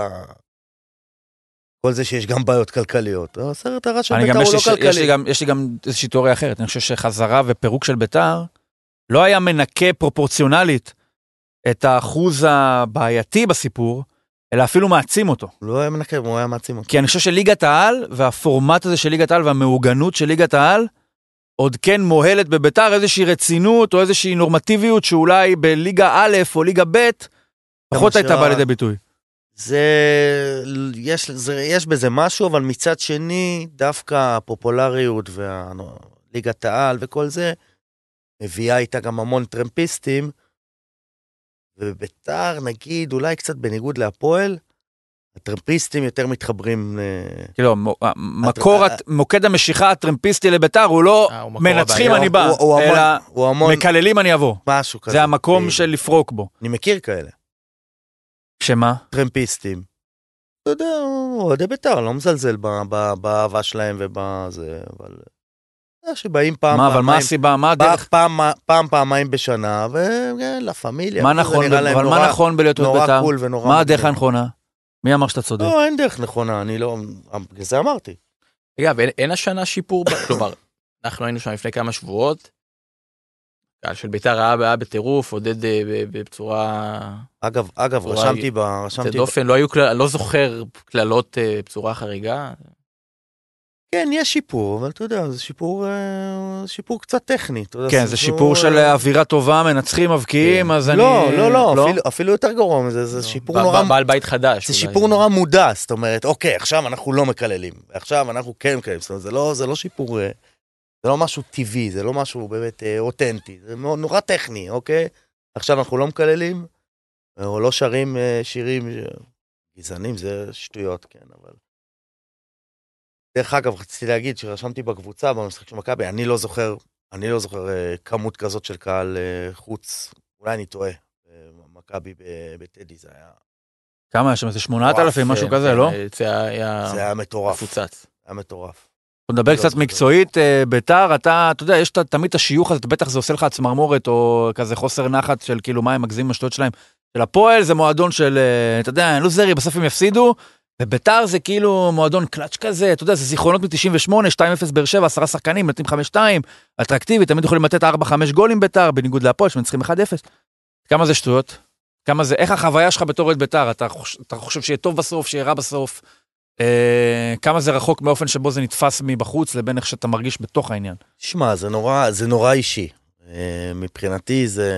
זה שיש גם בעיות כלכליות. הסרט הרע של בית"ר הוא לא כלכלי. יש לי גם איזושהי תיאוריה אחרת. אני חושב שחזרה ופירוק של בית"ר לא היה מנקה פרופורציונלית את האחוז הבעייתי בסיפור, אלא אפילו מעצים אותו. לא היה מנקה, הוא היה מעצים אותו. כי אני חושב שליגת העל, והפורמט הזה של ליגת העל, והמעוגנות של ליגת העל, עוד כן מוהלת בביתר, איזושהי רצינות או איזושהי נורמטיביות שאולי בליגה א' או ליגה ב' פחות הייתה בא לידי ביטוי. יש בזה משהו, אבל מצד שני, דווקא הפופולריות והליגת העל וכל זה, מביאה איתה גם המון טרמפיסטים, ובביתר, נגיד, אולי קצת בניגוד להפועל, הטרמפיסטים יותר מתחברים כאילו, מוקד המשיכה הטרמפיסטי לביתר, הוא לא מנצחים אני בא, אלא מקללים אני אבוא. משהו כזה. זה המקום של לפרוק בו. אני מכיר כאלה. שמה? טרמפיסטים. אתה יודע, אוהדי ביתר, לא מזלזל באהבה שלהם ובזה, אבל... שבאים פעם, מה, אבל מה הסיבה? מה הדרך? פעמיים בשנה, ולפמיליה. מה נכון, אבל מה נכון בלהיות אוהד ביתר? מה הדרך הנכונה? מי אמר שאתה צודק? לא, אין דרך נכונה, אני לא... זה אמרתי. אגב, אין השנה שיפור, כלומר, אנחנו היינו שם לפני כמה שבועות, קהל של ביתר היה בטירוף, עודד בצורה... אגב, רשמתי דופן, לא זוכר כללות בצורה חריגה. כן, יש שיפור, אבל אתה יודע, זה שיפור קצת טכני. כן, זה שיפור של אווירה טובה, מנצחים, מבקיעים, אז אני... לא, אפילו יותר גרוע מזה, זה שיפור נורא... בעל בית חדש. זה שיפור נורא מודע, זאת אומרת, אוקיי, עכשיו אנחנו לא מקללים, עכשיו אנחנו כן מקללים, זאת אומרת, זה לא שיפור, זה לא משהו טבעי, זה לא משהו באמת אותנטי, זה נורא טכני, אוקיי? עכשיו אנחנו לא מקללים, או לא שרים שירים גזענים, זה שטויות, כן, אבל... דרך אגב, רציתי להגיד שרשמתי בקבוצה, במשחק של מכבי, אני לא זוכר כמות כזאת של קהל חוץ, אולי אני טועה, מכבי בטדי, זה היה... כמה היה שם? זה 8,000, משהו כזה, לא? זה היה מטורף. מפוצץ. היה מטורף. נדבר קצת מקצועית, ביתר, אתה יודע, יש תמיד השיוך הזה, בטח זה עושה לך צמרמורת, או כזה חוסר נחת של כאילו מה הם מגזימים השטויות שלהם. של הפועל זה מועדון של, אתה יודע, לא זרי, בסוף הם יפסידו, וביתר זה כאילו מועדון קלאץ' כזה, אתה יודע, זה זיכרונות מ-98, 2-0 באר שבע, 10 שחקנים, נותנים 5-2, אטרקטיבי, תמיד יכולים לתת 4-5 גולים ביתר, בניגוד להפועל, שמנצחים 1-0. כמה זה שטויות? כמה זה, איך החוויה שלך בתור את ביתר? אתה חושב שיהיה טוב בסוף, שיהיה רע בסוף? כמה זה רחוק מאופן שבו זה נתפס מבחוץ, לבין איך שאתה מרגיש בתוך העניין? שמע, זה נורא אישי. מבחינתי זה...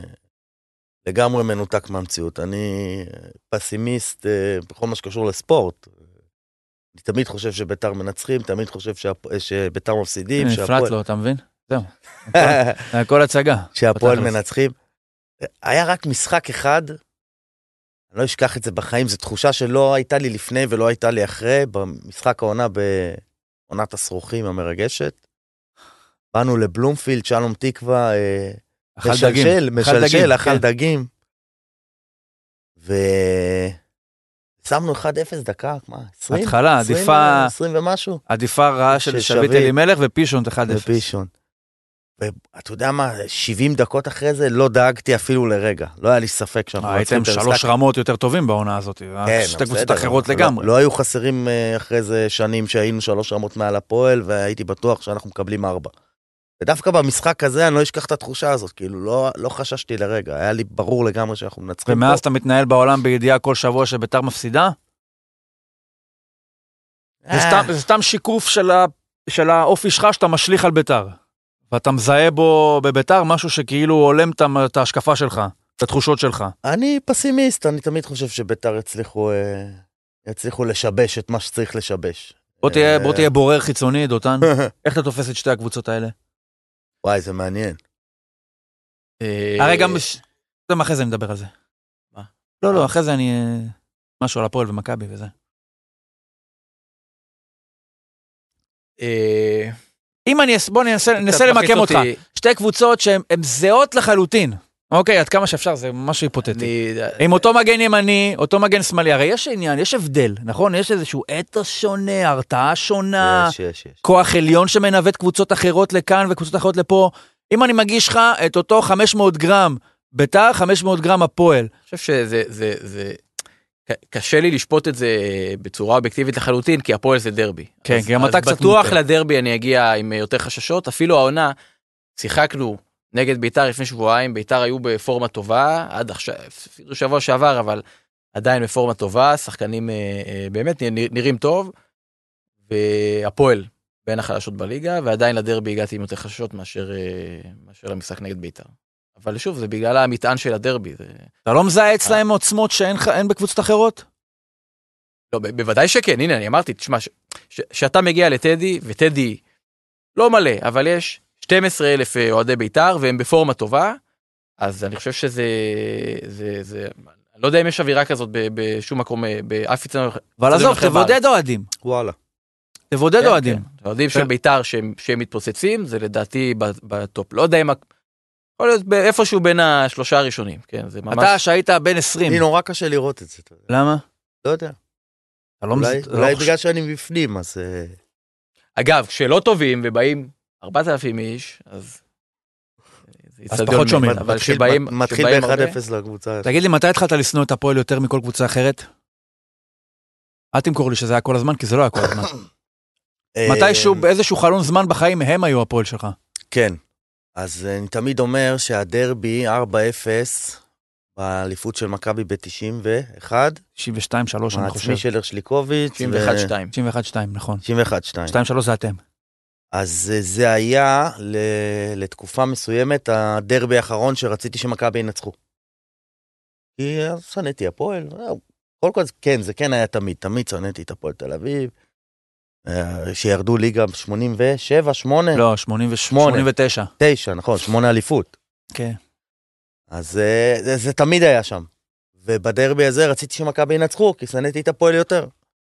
לגמרי מנותק מהמציאות. אני פסימיסט בכל מה שקשור לספורט. אני תמיד חושב שביתר מנצחים, תמיד חושב שביתר מפסידים. נפלט לו, אתה מבין? זהו. הכל הצגה. שהפועל מנצחים. היה רק משחק אחד, אני לא אשכח את זה בחיים, זו תחושה שלא הייתה לי לפני ולא הייתה לי אחרי, במשחק העונה בעונת הסרוכים המרגשת. באנו לבלומפילד, שלום תקווה, משלשל, אכל דגים. ושמנו 1-0 דקה, מה? 20? התחלה, עדיפה... 20 ומשהו? עדיפה רעה של שביט אלימלך ופישון 1-0. ופישון. ואתה יודע מה, 70 דקות אחרי זה לא דאגתי אפילו לרגע. לא היה לי ספק שאנחנו... הייתם 3 רמות יותר טובים בעונה הזאת. כן, שתי קבוצות אחרות לגמרי. לא היו חסרים אחרי זה שנים שהיינו 3 רמות מעל הפועל, והייתי בטוח שאנחנו מקבלים 4. ודווקא במשחק הזה אני לא אשכח את התחושה הזאת, כאילו לא חששתי לרגע, היה לי ברור לגמרי שאנחנו מנצחים פה. ומאז אתה מתנהל בעולם בידיעה כל שבוע שביתר מפסידה? זה סתם שיקוף של האופי שלך שאתה משליך על ביתר. ואתה מזהה בו בביתר משהו שכאילו עולם את ההשקפה שלך, את התחושות שלך. אני פסימיסט, אני תמיד חושב שביתר יצליחו לשבש את מה שצריך לשבש. בוא תהיה בורר חיצוני, דותן. איך אתה תופס את שתי הקבוצות האלה? וואי, זה מעניין. הרי גם... אחרי זה נדבר על זה. מה? לא, אחרי זה אני... משהו על הפועל ומכבי וזה. אם בוא ננסה למקם אותך. שתי קבוצות שהן זהות לחלוטין. אוקיי, עד כמה שאפשר, זה משהו היפותטי. עם אותו מגן ימני, אותו מגן שמאלי, הרי יש עניין, יש הבדל, נכון? יש איזשהו אתוס שונה, הרתעה שונה, כוח עליון שמנווט קבוצות אחרות לכאן וקבוצות אחרות לפה. אם אני מגיש לך את אותו 500 גרם ביתר, 500 גרם הפועל. אני חושב שזה... קשה לי לשפוט את זה בצורה אובייקטיבית לחלוטין, כי הפועל זה דרבי. כן, גם אתה קצת בטוח לדרבי אני אגיע עם יותר חששות, אפילו העונה, שיחקנו נגד ביתר לפני שבועיים, ביתר היו בפורמה טובה, עד עכשיו, שבוע שעבר, אבל עדיין בפורמה טובה, שחקנים באמת נראים טוב, והפועל בין החלשות בליגה, ועדיין לדרבי הגעתי עם יותר חששות מאשר למשחק נגד בית"ר. אבל שוב, זה בגלל המטען של הדרבי. אתה לא מזהה אצלהם עוצמות שאין בקבוצות אחרות? לא, בוודאי שכן, הנה, אני אמרתי, תשמע, שאתה מגיע לטדי, וטדי לא מלא, אבל יש 12,000 אוהדי בית"ר, והם בפורמה טובה, אז אני חושב שזה, אני לא יודע אם יש אווירה כזאת בשום מקום, באף יצא. אבל עזוב, תבודד אוהדים. וואלה. תבודד אוהדים. אוהדים של בית"ר שהם מתפוצצים, זה לדעתי בטופ. לא יודע אם, יכול להיות איפשהו בין השלושה הראשונים, כן, זה ממש. אתה שהיית בין 20. לי נורא קשה לראות את זה. למה? לא יודע. אולי בגלל שאני בפנים, אז... אגב, כשלא טובים ובאים 4,000 איש, אז פחות שומעים. אבל כשבאים... מתחיל ב-1-0 לקבוצה. תגיד לי, מתי התחלת לשנוא את הפועל יותר מכל קבוצה אחרת? אל תמכור לי שזה היה כל הזמן, כי זה לא היה כל הזמן. מתישהו, באיזשהו חלון זמן בחיים, הם היו הפועל שלך. כן. אז אני תמיד אומר שהדרבי 4-0, באליפות של מכבי ב-91. 92-3, אני חושב. העצמי של הרשליקוביץ'. 91-2. 91-2, נכון. 91-2. 2-3 זה אתם. אז זה היה לתקופה מסוימת הדרבי האחרון שרציתי שמכבי ינצחו. כי שנאתי הפועל. כן, זה כן היה תמיד שנאתי את הפועל תל אביב. שירדו ליגה 87, 8? לא, 89. 9, נכון, 8 אליפות. כן. אז זה תמיד היה שם. ובדרבי הזה רציתי שמכבי ינצחו, כי שנאתי את הפועל יותר.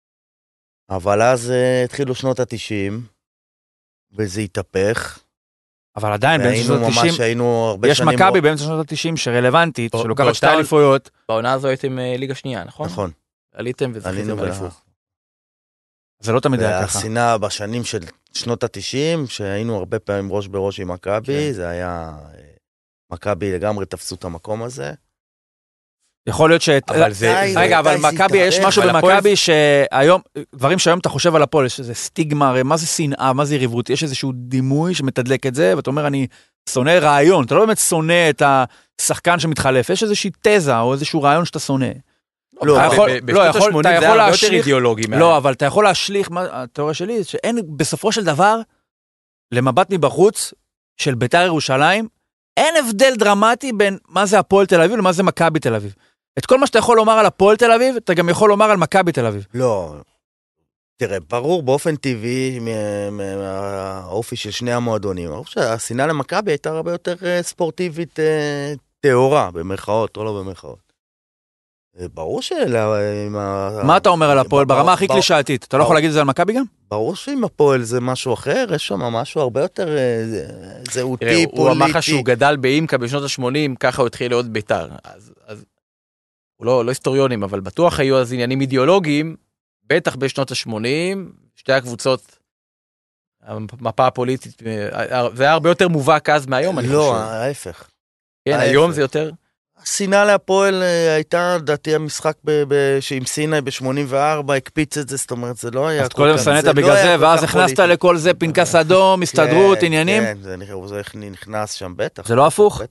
אבל אז התחילו שנות ה-90, וזה התהפך. אבל עדיין, באמצע שנות ה-90, יש מכבי באמצע שנות ה-90 שרלוונטית, שלוקחת 2 אליפויות. בעונה הזו הייתם ליגה שנייה, נכון? נכון. עליתם וזכיתם באליפות. זה לא תמיד היה ככה. והסינה בשנים של שנות ה-90, שהיינו הרבה פעמים ראש בראש עם מכבי, זה היה... מכבי לגמרי תפסו את המקום הזה. יכול להיות רגע, אבל מכבי, יש משהו במכבי שהיום, דברים שהיום אתה חושב על הפועל, יש איזה סטיגמה, מה זה שנאה, מה זה יריבות, יש איזשהו דימוי שמתדלק את זה, ואתה אומר, אני שונא רעיון, אתה לא באמת שונא את השחקן שמתחלף, יש איזושהי תזה או איזשהו רעיון שאתה שונא. לא, בשנות ה-80 זה היה הרבה יותר אידיאולוגי. לא, אבל אתה יכול להשליך, התיאוריה שלי, שאין בסופו של דבר, למבט מבחוץ של בית"ר ירושלים, אין הבדל דרמטי בין מה זה הפועל תל אביב למה זה מכבי תל אביב. את כל מה שאתה יכול לומר על הפועל תל אביב, אתה גם יכול לומר על מכבי תל אביב. לא, תראה, ברור באופן טבעי מהאופי של שני המועדונים. אני חושב שהשנאה למכבי הייתה הרבה יותר ספורטיבית טהורה, במרכאות או לא במרכאות. ברור מה אתה אומר על הפועל ברמה הכי קלישאתית? אתה לא יכול להגיד את זה על מכבי גם? ברור שעם הפועל זה משהו אחר, יש שם משהו הרבה יותר זהותי, פוליטי. הוא אמר לך שהוא גדל באימקה בשנות ה-80, ככה הוא התחיל להיות בית"ר. אז הוא לא היסטוריונים, אבל בטוח היו אז עניינים אידיאולוגיים, בטח בשנות ה-80, שתי הקבוצות, המפה הפוליטית, זה היה הרבה יותר מובהק אז מהיום, אני חושב. לא, ההפך. כן, היום זה יותר... השנאה להפועל הייתה, דעתי, המשחק עם סיני ב-84, הקפיץ את זה, זאת אומרת, זה לא היה... אז קודם שנאת בגלל זה, ואז הכנסת לכל זה פנקס אדום, הסתדרות, עניינים? כן, זה נכנס שם, בטח. זה לא הפוך?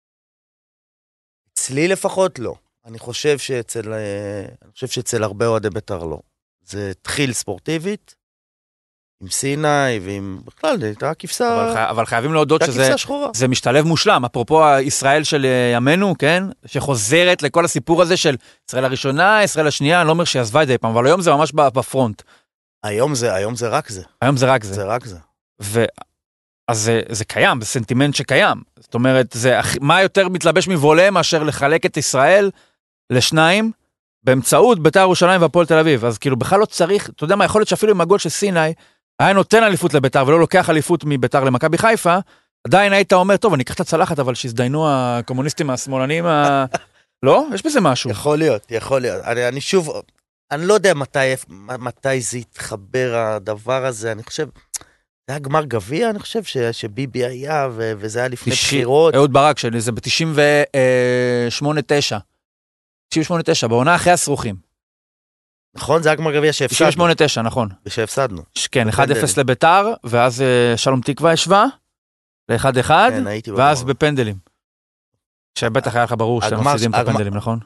אצלי לפחות לא. אני חושב שאצל הרבה אוהדי בית"ר לא. זה התחיל ספורטיבית, עם סיני ועם... בכלל, הייתה כבשה... אבל חייבים להודות שזה משתלב מושלם. אפרופו הישראל של ימינו, כן? שחוזרת לכל הסיפור הזה של ישראל הראשונה, ישראל השנייה, אני לא אומר שעזבה את זה פעם, אבל היום זה ממש בפרונט. היום זה רק זה. היום זה רק זה. זה רק זה. אז זה קיים, זה סנטימנט שקיים. זאת אומרת, מה יותר מתלבש מבולה מאשר לחלק את ישראל לשניים, באמצעות בית"ר ירושלים והפועל תל אביב. אז כאילו בכלל לא צריך, אתה יודע מה, יכול להיות שאפילו עם הגול של סיני, היה נותן אליפות לבית"ר ולא לוקח אליפות מבית"ר למכבי חיפה, עדיין היית אומר, טוב, אני אקח את הצלחת, אבל שיזדיינו הקומוניסטים השמאלנים, לא? יש בזה משהו. יכול להיות. אני שוב, אני לא יודע מתי זה יתחבר הדבר הזה, אני חושב, זה היה גמר גביע, אני חושב שביבי היה, וזה היה לפני בחירות. אהוד ברק שלי, זה ב-98-9. 98-9, בעונה אחרי הסרוכים. נכון, זה היה גמר גביע שהפסדנו. 98-9, נכון. ושהפסדנו. כן, 1-0 לביתר, ואז שלום תקווה השווה, ל-1-1, ואז בפנדלים. שבטח היה לך ברור שאתם מפסידים את הפנדלים, נכון?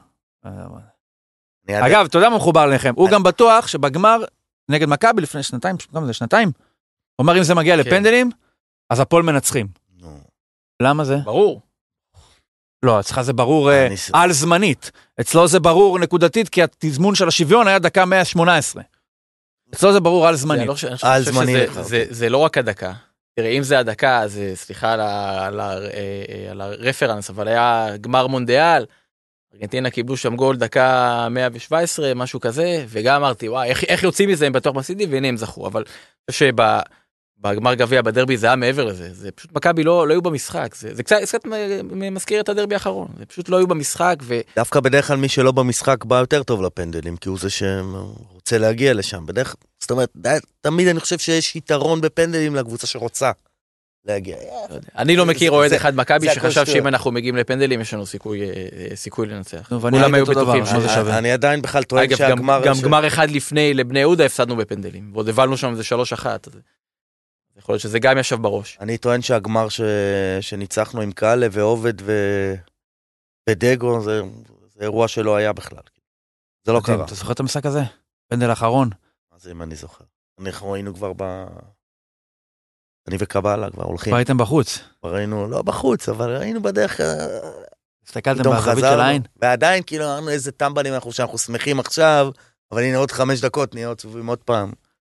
אגב, אתה יודע מה מחובר לכם? הוא גם בטוח שבגמר, נגד מכבי לפני שנתיים, הוא אומר, אם זה מגיע לפנדלים, אז הפועל מנצחים. למה זה? ברור. לא, אצלך זה ברור על זמנית. אצלו זה ברור נקודתית, כי התזמון של השוויון היה דקה 118. אצלו זה ברור על זמנית. על זמנית. זה לא רק הדקה. תראה, אם זה הדקה, אז סליחה על הרפרנס, אבל היה גמר מונדיאל, ארגנטינה קיבלו שם גול דקה 117, משהו כזה, וגם אמרתי, וואי, איך יוצאים מזה, הם בטוח מסידי, והנה הם זכו, אבל אני חושב שבגמר גביע בדרבי זה היה מעבר לזה, זה פשוט מכבי לא היו במשחק, זה קצת מזכיר את הדרבי האחרון, זה פשוט לא היו במשחק, דווקא בדרך כלל מי שלא במשחק בא יותר טוב לפנדלים, כי הוא זה שרוצה להגיע לשם, בדרך, זאת אומרת, תמיד אני חושב שיש יתרון בפנדלים לקבוצה שרוצה להגיע. אני לא מכיר אוהד אחד מכבי שחשב שאם אנחנו מגיעים לפנדלים יש לנו סיכוי לנצח. כולם היו בטוחים שזה שווה. אני עדיין בכלל טוען שהגמר... גם גמר אחד לפני לבני יהודה הפסדנו בפנדלים, ועוד הבלנו שם זה 3-1. יכול להיות שזה גם ישב בראש. אני טוען שהגמר שניצחנו עם קאלה ועובד ודגו, זה אירוע שלא היה בכלל. זה לא קרה. אתה זוכר את המשחק הזה? פנדל האחרון? אז אם אני זוכר. אנחנו היינו כבר אני וקבלה כבר הולכים. כבר הייתם בחוץ. כבר היינו, לא בחוץ, אבל היינו בדרך... הסתכלתם בזווית של העין. ועדיין כאילו אמרנו איזה טמבלים שאנחנו שמחים עכשיו, אבל הנה עוד 5 דקות נהיה עוד סבובים עוד פעם.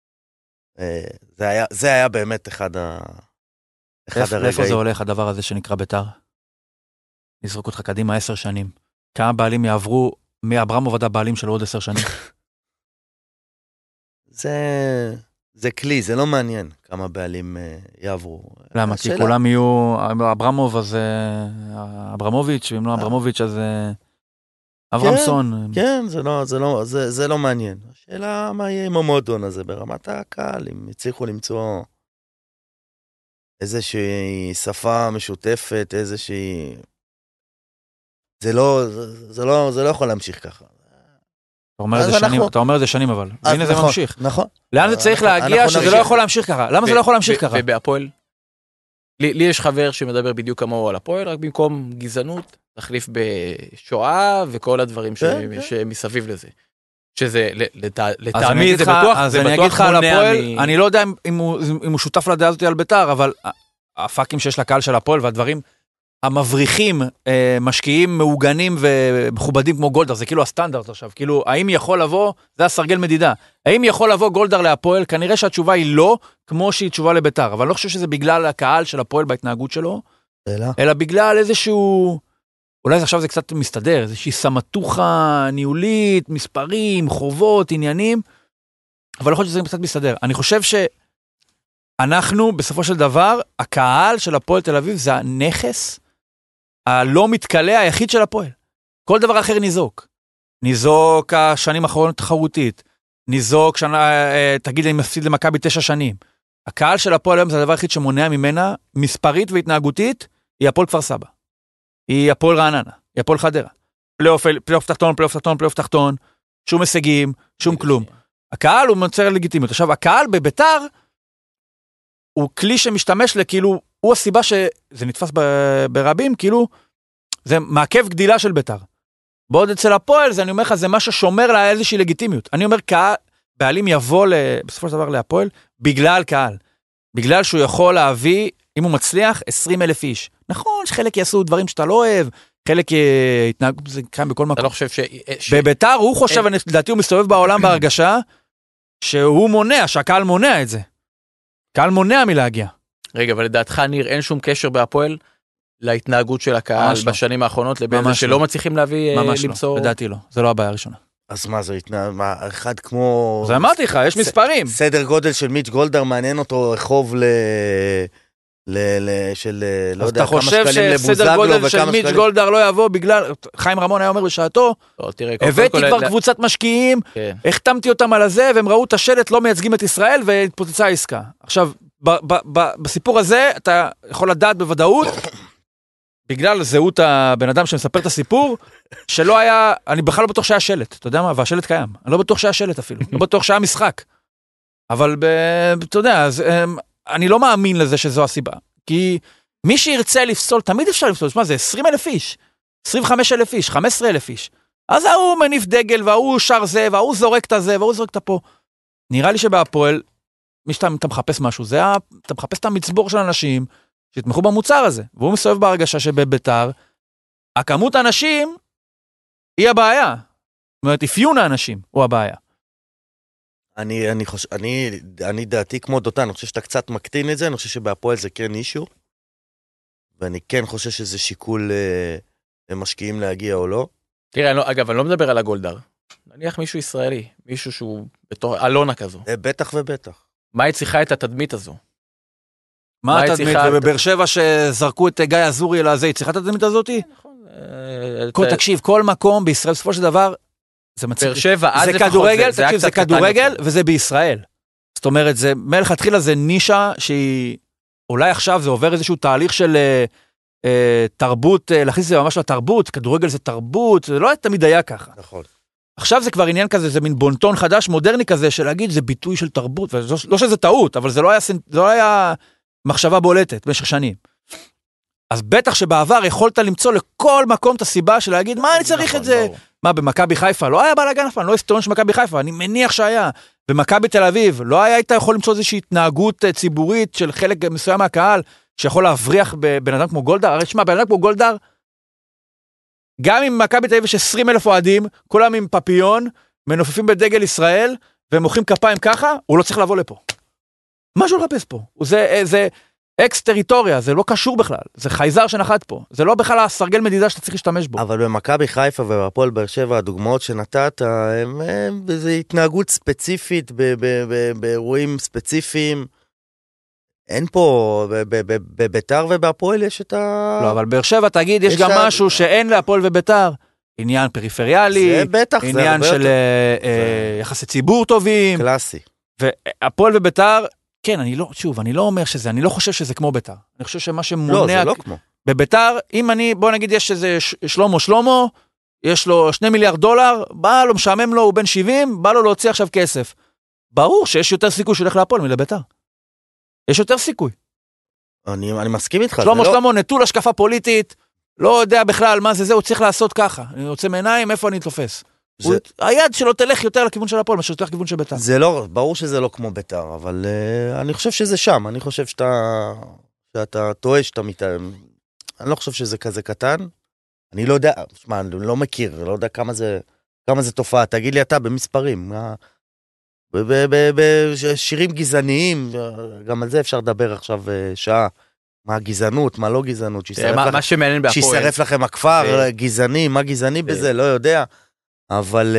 זה היה באמת אחד הרגעים. איפה זה הולך הדבר הזה שנקרא ביתר? נזרוק אותך קדימה 10 שנים. כמה בעלים יעברו מאברמוב עד הבעלים של עוד 10 שנים? זה כלי, זה לא מעניין כמה בעלים יעברו. למה? כי כולם יהיו, אברמוב אז אברמוביץ', ואם לא אברמוביץ' אז אברמסון. כן, זה לא מעניין. השאלה מה יהיה עם המועדון הזה ברמת הקהל, אם יצליחו למצוא איזושהי שפה משותפת, איזושהי... זה לא יכול להמשיך ככה. אתה אומר זה שנים אבל, והנה זה ממשיך. נכון. לאן זה צריך להגיע שזה לא יכול להמשיך ככה? למה זה לא יכול להמשיך ככה? ובהפועל? לי יש חבר שמדבר בדיוק כמוהו על הפועל, רק במקום גזענות, תחליף בשואה וכל הדברים שמסביב לזה. שזה, לטעמי זה בטוח, אז אני אגיד לך על הפועל, אני לא יודע אם הוא שותף לדעה הזאת על ביתר, אבל הפאקים שיש לקהל של הפועל והדברים המבריחים, משקיעים מעוגנים ומכובדים כמו גולדר, זה כאילו הסטנדרט עכשיו, כאילו, האם יכול לבוא, זה הסרגל מדידה, האם יכול לבוא גולדר להפועל? כנראה שהתשובה היא לא, כמו שהיא תשובה לביתר, אבל אני לא חושב שזה בגלל הקהל של הפועל בהתנהגות שלו, אלא בגלל איזשהו, אולי עכשיו זה קצת מסתדר, איזושהי סמטוחה ניהולית, מספרים, חובות, עניינים, אבל לא חושב שזה קצת מסתדר. אני חושב שאנחנו, בסופו של דבר, הקהל של הפועל תל אביב זה הנכס, הלא מתקלה היחיד של הפועל. כל דבר אחר ניזוק. ניזוק השנים האחרונות תחרותית. ניזוק, תגיד לי, מפסיד למכבי 9 שנים. הקהל של הפועל היום זה הדבר היחיד שמונע ממנה, מספרית והתנהגותית, היא הפועל כפר סבא. היא הפועל רעננה. היא הפועל חדרה. פלייאוף תחתון, פלייאוף תחתון, פלייאוף תחתון. שום הישגים, שום כלום. הקהל הוא מוצר לגיטימיות. עכשיו, הקהל בביתר, הוא כלי שמשתמש לכאילו, הוא הסיבה שזה נתפס ברבים, כאילו, זה מעכב גדילה של ביתר. בעוד אצל הפועל, זה אני אומר לך, זה מה ששומר לה איזושהי לגיטימיות. אני אומר, בעלים יבוא בסופו של דבר להפועל, בגלל קהל. בגלל שהוא יכול להביא, אם הוא מצליח, 20,000 איש. נכון, שחלק יעשו דברים שאתה לא אוהב, חלק יתנהגו, זה קיים בכל מקום. אתה לא חושב בביתר, הוא חושב, לדעתי הוא מסתובב בעולם בהרגשה, שהוא מונע, שהקהל מונע את זה. קהל מונע מלהגיע. רגע, אבל לדעתך, ניר, אין שום קשר בהפועל להתנהגות של הקהל בשנים האחרונות, לבין זה שלא מצליחים להביא, למצוא... לדעתי לא, זה לא הבעיה הראשונה. אז מה זה אחד כמו... זה אמרתי לך, יש מספרים. סדר גודל של מיץ' גולדר, מעניין אותו רחוב של לא יודע כמה שקלים לבוזגלו. אתה חושב שסדר גודל של מיץ' גולדר לא יבוא בגלל... חיים רמון היה אומר בשעתו, הבאתי כבר קבוצת משקיעים, החתמתי אותם על הזה, והם ראו את השלט, לא מייצגים את ישראל, והתפוצצה העסקה. עכשיו, בסיפור הזה, אתה יכול לדעת בוודאות, בגלל זהות הבן אדם שמספר את הסיפור, שלא היה, אני בכלל לא בטוח שהיה שלט, אתה יודע מה? והשלט קיים. אני לא בטוח שהיה שלט אפילו, לא בטוח שהיה משחק. אבל אתה יודע, אני לא מאמין לזה שזו הסיבה. כי מי שירצה לפסול, תמיד אפשר לפסול, מה זה 20,000 איש, 25,000 איש, 15,000 איש. אז ההוא מניף דגל, והוא שר זה, והוא זורק את זה, והוא זורק את פה. נראה לי שבהפועל, אתה מחפש משהו, אתה מחפש את המצבור של אנשים שיתמכו במוצר הזה, והוא מסובב בהרגשה שבביתר, הכמות האנשים היא הבעיה. זאת אומרת, אפיון האנשים הוא הבעיה. אני דעתי כמו דותן, אני חושב שאתה קצת מקטין את זה, אני חושב שבהפועל זה כן אישו, ואני כן חושב שזה שיקול משקיעים להגיע או לא. תראה, אגב, אני לא מדבר על הגולדר. נניח מישהו ישראלי, מישהו שהוא בתור אלונה כזו. בטח ובטח. מה היא צריכה את התדמית הזו? מה התדמית? ובבאר שבע שזרקו את גיא אזורי אל הזה, היא צריכה את התדמית הזאת? נכון. תקשיב, כל מקום בישראל, בסופו של דבר, זה באר שבע, אז זה כדורגל, תקשיב, זה כדורגל, וזה בישראל. זאת אומרת, זה מלכתחילה זה נישה שהיא, אולי עכשיו זה עובר איזשהו תהליך של תרבות, להכניס את זה ממש לתרבות, כדורגל זה תרבות, זה לא תמיד היה ככה. נכון. עכשיו זה כבר עניין כזה, זה מין בונטון חדש, מודרני כזה, של להגיד, זה ביטוי של תרבות, לא שזה טעות, אבל זה לא היה מחשבה בולטת במשך שנים. אז בטח שבעבר יכולת למצוא לכל מקום את הסיבה של להגיד, מה אני צריך את זה? מה, במכבי חיפה? לא היה בלגן אף פעם, לא היסטוריון של מכבי חיפה, אני מניח שהיה. במכבי תל אביב, לא היית יכול למצוא איזושהי התנהגות ציבורית של חלק מסוים מהקהל, שיכול להבריח בבן אדם כמו גולדר. הרי שמה, בן אדם כמו גולדר, גם אם מכבי תל אביב יש 20,000 אוהדים, כולם עם פפיון, מנופפים בדגל ישראל, והם מוחאים כפיים ככה, הוא לא צריך לבוא לפה. משהו לחפש פה. זה אקס טריטוריה, זה לא קשור בכלל. זה חייזר שנחת פה. זה לא בכלל הסרגל מדידה שאתה צריך להשתמש בו. אבל במכבי חיפה ובהפועל באר שבע, הדוגמאות שנתת, זה התנהגות ספציפית, באירועים ספציפיים. אין פה, בביתר ובהפועל יש את ה... לא, אבל באר שבע, תגיד, יש גם משהו שאין להפועל וביתר. עניין פריפריאלי, זה בטח, עניין של יחסי ציבור טובים. קלאסי. והפועל וביתר, כן, אני לא אומר שזה, אני לא חושב שזה כמו ביתר. אני חושב שמה שמונע... לא, זה לא כמו. בביתר, אם בוא נגיד, יש איזה שלמה, יש לו $2 מיליארד, בא לו, משעמם לו, הוא בן 70, בא לו להוציא עכשיו כסף. ברור שיש יותר סיכוי שהולך להפועל מלביתר. יש יותר סיכוי. אני מסכים איתך. שלמה, נטול השקפה פוליטית, לא יודע בכלל מה זה, הוא צריך לעשות ככה. אני רוצה מעיניים, איפה אני תופס? היד שלו תלך יותר לכיוון של הפועל, מאשר תלך לכיוון של ביתר. זה לא, ברור שזה לא כמו ביתר, אבל אני חושב שזה שם, אני חושב שאתה טועה, שאתה מתאם. אני לא חושב שזה כזה קטן. אני לא יודע, שמה, אני לא מכיר, לא יודע כמה זה תופעה. תגיד לי אתה במספרים, בשירים גזעניים, גם על זה אפשר לדבר עכשיו שעה. מה גזענות, מה לא גזענות, שישרף לכם הכפר, גזעני, מה גזעני בזה, לא יודע. אבל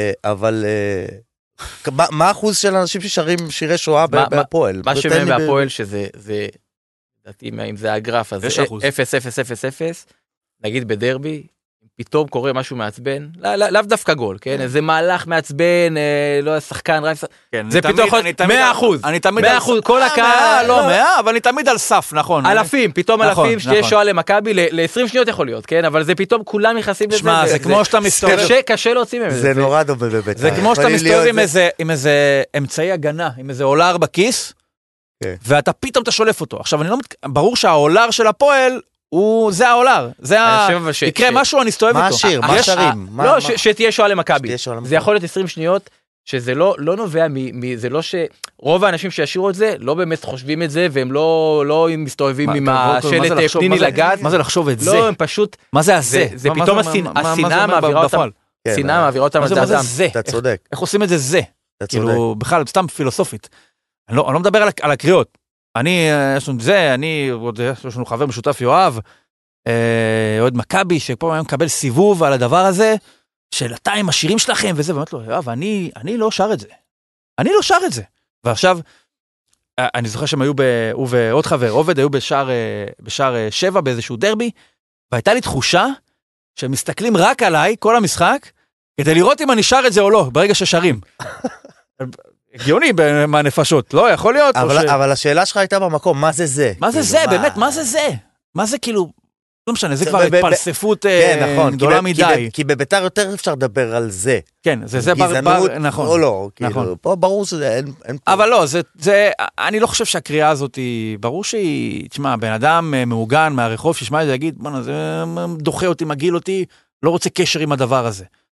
מה האחוז של אנשים ששרים שירי שואה בהפועל? מה שמעניין בהפועל שזה, לדעתי, אם זה הגרף הזה, 0-0-0-0, נגיד בדרבי, פתאום קורה משהו מעצבן, לאו דווקא גול, כן? איזה מהלך מעצבן, לא שחקן, זה פתאום 100%, כל הקהל, לא 100, אבל אני תמיד על סף, נכון. אלפים, פתאום אלפים, שתהיה שואה למכבי, ל-20 שניות יכול להיות, כן? אבל זה פתאום כולם נכנסים לזה. שמע, זה כמו שאתה מסתובב. קשה להוציא מהם. זה נורא דומה בביתר. זה כמו שאתה מסתובב עם איזה אמצעי הגנה, עם איזה אולר בכיס, ואתה פתאום אתה שולף אותו. עכשיו, ברור שהאולר של הפועל זה העולר, יקרה משהו, אני סתובב איתו. מה השיר? מה השרים? לא, שתהיה שואה למכבי. זה יכול להיות 20 שניות, שזה לא נובע, זה לא שרוב האנשים שישירו את זה, לא באמת חושבים את זה, והם לא מסתובבים עם השלט פניני לגז. מה זה לחשוב את זה? לא, הם פשוט... מה זה הזה? זה פתאום השנאה מעבירה אותם לדעתם. אתה צודק. איך עושים את זה? אתה צודק. כאילו, בכלל, סתם פילוסופית. אני לא מדבר על הקריאות. יש לנו חבר משותף יואב, אוהד מכבי, שפה היום מקבל סיבוב על הדבר הזה, של אתה עם השירים שלכם וזה, ואומרת לו, יואב, אני לא שר את זה. אני לא שר את זה. ועכשיו, אני זוכר שהם היו, הוא ועוד חבר, עובד, היו בשער 7 באיזשהו דרבי, והייתה לי תחושה שהם מסתכלים רק עליי, כל המשחק, כדי לראות אם אני שר את זה או לא, ברגע ששרים. הגיוני מהנפשות, לא יכול להיות. אבל השאלה שלך הייתה במקום, מה זה זה? מה זה זה, באמת, מה זה זה? מה זה כאילו, לא משנה, זה כבר התפלספות גדולה מדי. כי בביתר יותר אפשר לדבר על זה. כן, זה גזענות או לא, נכון. פה ברור שזה אין... אבל לא, אני לא חושב שהקריאה הזאת היא, ברור שהיא, תשמע, בן אדם מעוגן מהרחוב, שישמע את זה, יגיד, זה דוחה אותי, מגיל אותי, לא רוצה קשר עם הדבר הזה.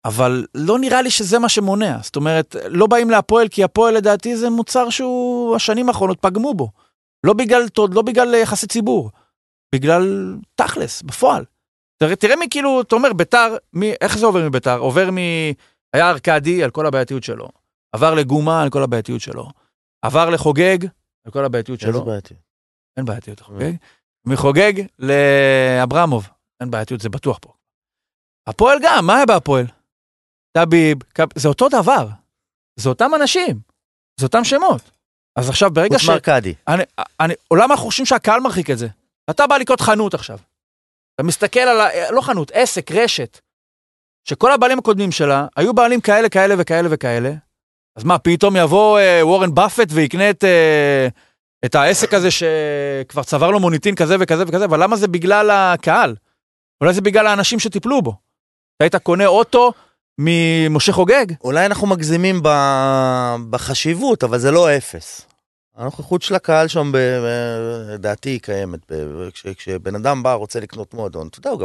אבל לא נראה לי שזה מה שמונע. זאת אומרת, לא באים להפועל, כי הפועל לדעתי זה מוצר שהוא השנים האחרונות פגמו בו. לא בגלל יחסי ציבור, בגלל תכלס, בפועל. תראה מי כאילו, אתה אומר, ביתר, איך זה עובר מביתר? עובר היה ארקדי על כל הבעייתיות שלו, עבר לגומה על כל הבעייתיות שלו, עבר לחוגג על כל הבעייתיות שלו. איזה בעייתיות? אין בעייתיות לחוגג. מחוגג לאברמוב, אין בעייתיות, זה בטוח פה. הפועל גם, מה היה בהפועל? טביב, זה אותו דבר. זה אותם אנשים. זה אותם שמות. אז עכשיו ברגע חוץ מרקדי. למה אנחנו חושבים שהקהל מרחיק את זה? אתה בא לקנות חנות עכשיו. אתה מסתכל על, לא חנות, עסק, רשת, שכל הבעלים הקודמים שלה, היו בעלים כאלה, כאלה וכאלה וכאלה. אז מה, פתאום יבוא וורן באפט ויקנה את העסק הזה שכבר צבר לו מוניטין כזה וכזה וכזה, אבל למה זה בגלל הקהל? אולי זה בגלל האנשים שטיפלו בו. אתה היית קונה אוטו ממשה חוגג? אולי אנחנו מגזימים בחשיבות, אבל זה לא אפס. הנוכחות של הקהל שם, דעתי היא קיימת. כשבן אדם בא, רוצה לקנות מועדון, אתה יודע, הוא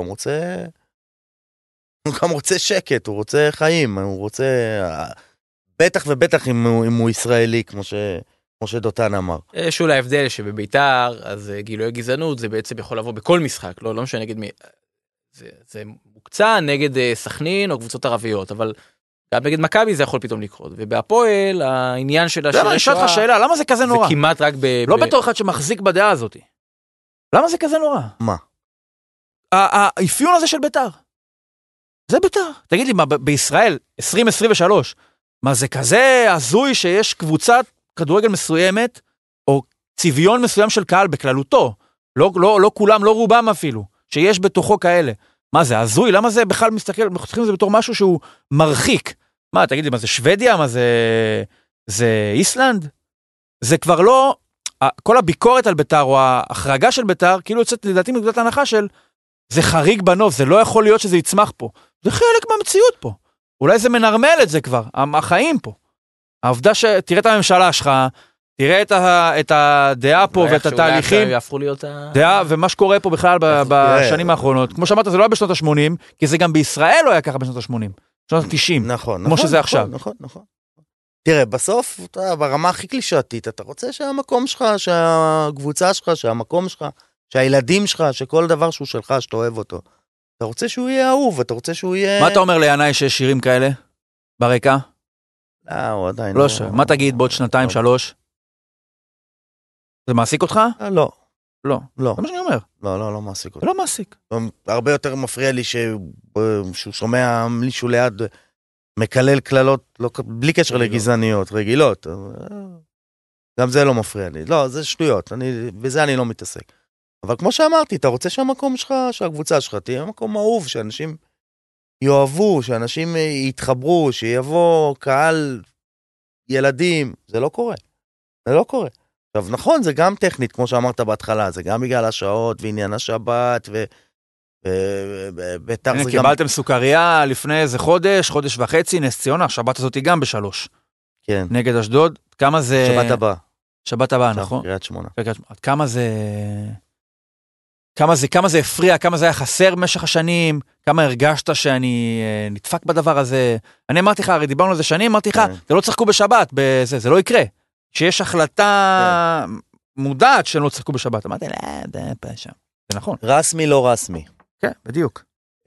גם רוצה שקט, הוא רוצה חיים, הוא רוצה... בטח ובטח אם הוא ישראלי, כמו שדותן אמר. יש אולי הבדל שבביתר, אז גילוי גזענות, זה בעצם יכול לבוא בכל משחק, לא משנה נגד מי... זה מוקצה נגד סכנין או קבוצות ערביות, אבל גם נגד מכבי זה יכול פתאום לקרות, ובהפועל העניין של השירי שואה... אני שואל לך שאלה, למה זה כזה נורא? זה כמעט רק לא בתור אחד שמחזיק בדעה הזאת. למה זה כזה נורא? מה? האפיון הזה של ביתר. זה ביתר. תגיד לי, מה, בישראל, 2023, מה זה כזה הזוי שיש קבוצת כדורגל מסוימת, או צביון מסוים של קהל בכללותו, לא כולם, לא רובם אפילו, שיש בתוכו כאלה. מה זה, הזוי? למה זה בכלל מסתכלים על זה בתור משהו שהוא מרחיק? מה, תגיד לי, מה זה שוודיה? מה זה איסלנד? זה כבר לא, כל הביקורת על ביתר, או ההחרגה של ביתר, כאילו יוצאת לדעתי מנקודת ההנחה של, זה חריג בנוף, זה לא יכול להיות שזה יצמח פה. זה חלק מהמציאות פה. אולי זה מנרמל את זה כבר, החיים פה. העובדה תראה את הממשלה שלך, תראה את הדעה פה ואת התהליכים, דעה ומה שקורה פה בכלל בשנים האחרונות. כמו שאמרת, זה לא היה בשנות ה-80, כי זה גם בישראל לא היה ככה בשנות ה-80, בשנות ה-90, כמו שזה עכשיו. נכון. תראה, בסוף, ברמה הכי קלישאתית, אתה רוצה שהמקום שלך, שהקבוצה שלך, שהמקום שלך, שהילדים שלך, שכל דבר שהוא שלך, שאתה אוהב אותו. אתה רוצה שהוא יהיה אהוב, אתה רוצה שהוא יהיה... מה אתה אומר לינאי שיש שירים כאלה ברקע? לא, הוא עדיין לא שיר. מה תגיד בעוד 2-3? זה מעסיק אותך? לא. לא. לא. זה מה שאני אומר. לא מעסיק אותי. זה לא מעסיק. הרבה יותר מפריע לי שהוא שומע מישהו ליד מקלל קללות, בלי קשר לגזעניות, רגילות. גם זה לא מפריע לי. לא, זה שטויות. בזה אני לא מתעסק. אבל כמו שאמרתי, אתה רוצה שהמקום שלך, שהקבוצה שלך תהיה מקום אהוב, שאנשים יאהבו, שאנשים יתחברו, שיבוא קהל ילדים. זה לא קורה. זה לא קורה. עכשיו, נכון, זה גם טכנית, כמו שאמרת בהתחלה, זה גם בגלל השעות ועניין השבת, וביתר זה גם... קיבלתם סוכריה לפני איזה חודש וחצי, נס ציונה, השבת הזאת היא גם ב3. כן. נגד אשדוד, כמה זה... שבת הבאה, נכון? קריית שמונה. כמה זה הפריע, כמה זה היה חסר במשך השנים, כמה הרגשת שאני נדפק בדבר הזה. אני אמרתי לך, הרי דיברנו על זה שנים, אמרתי לך, זה לא צחקו בשבת, זה לא יקרה. שיש החלטה מודעת שלא צחקו בשבת. אמרתי, זה פשע. זה נכון. רסמי, לא רסמי. כן, בדיוק.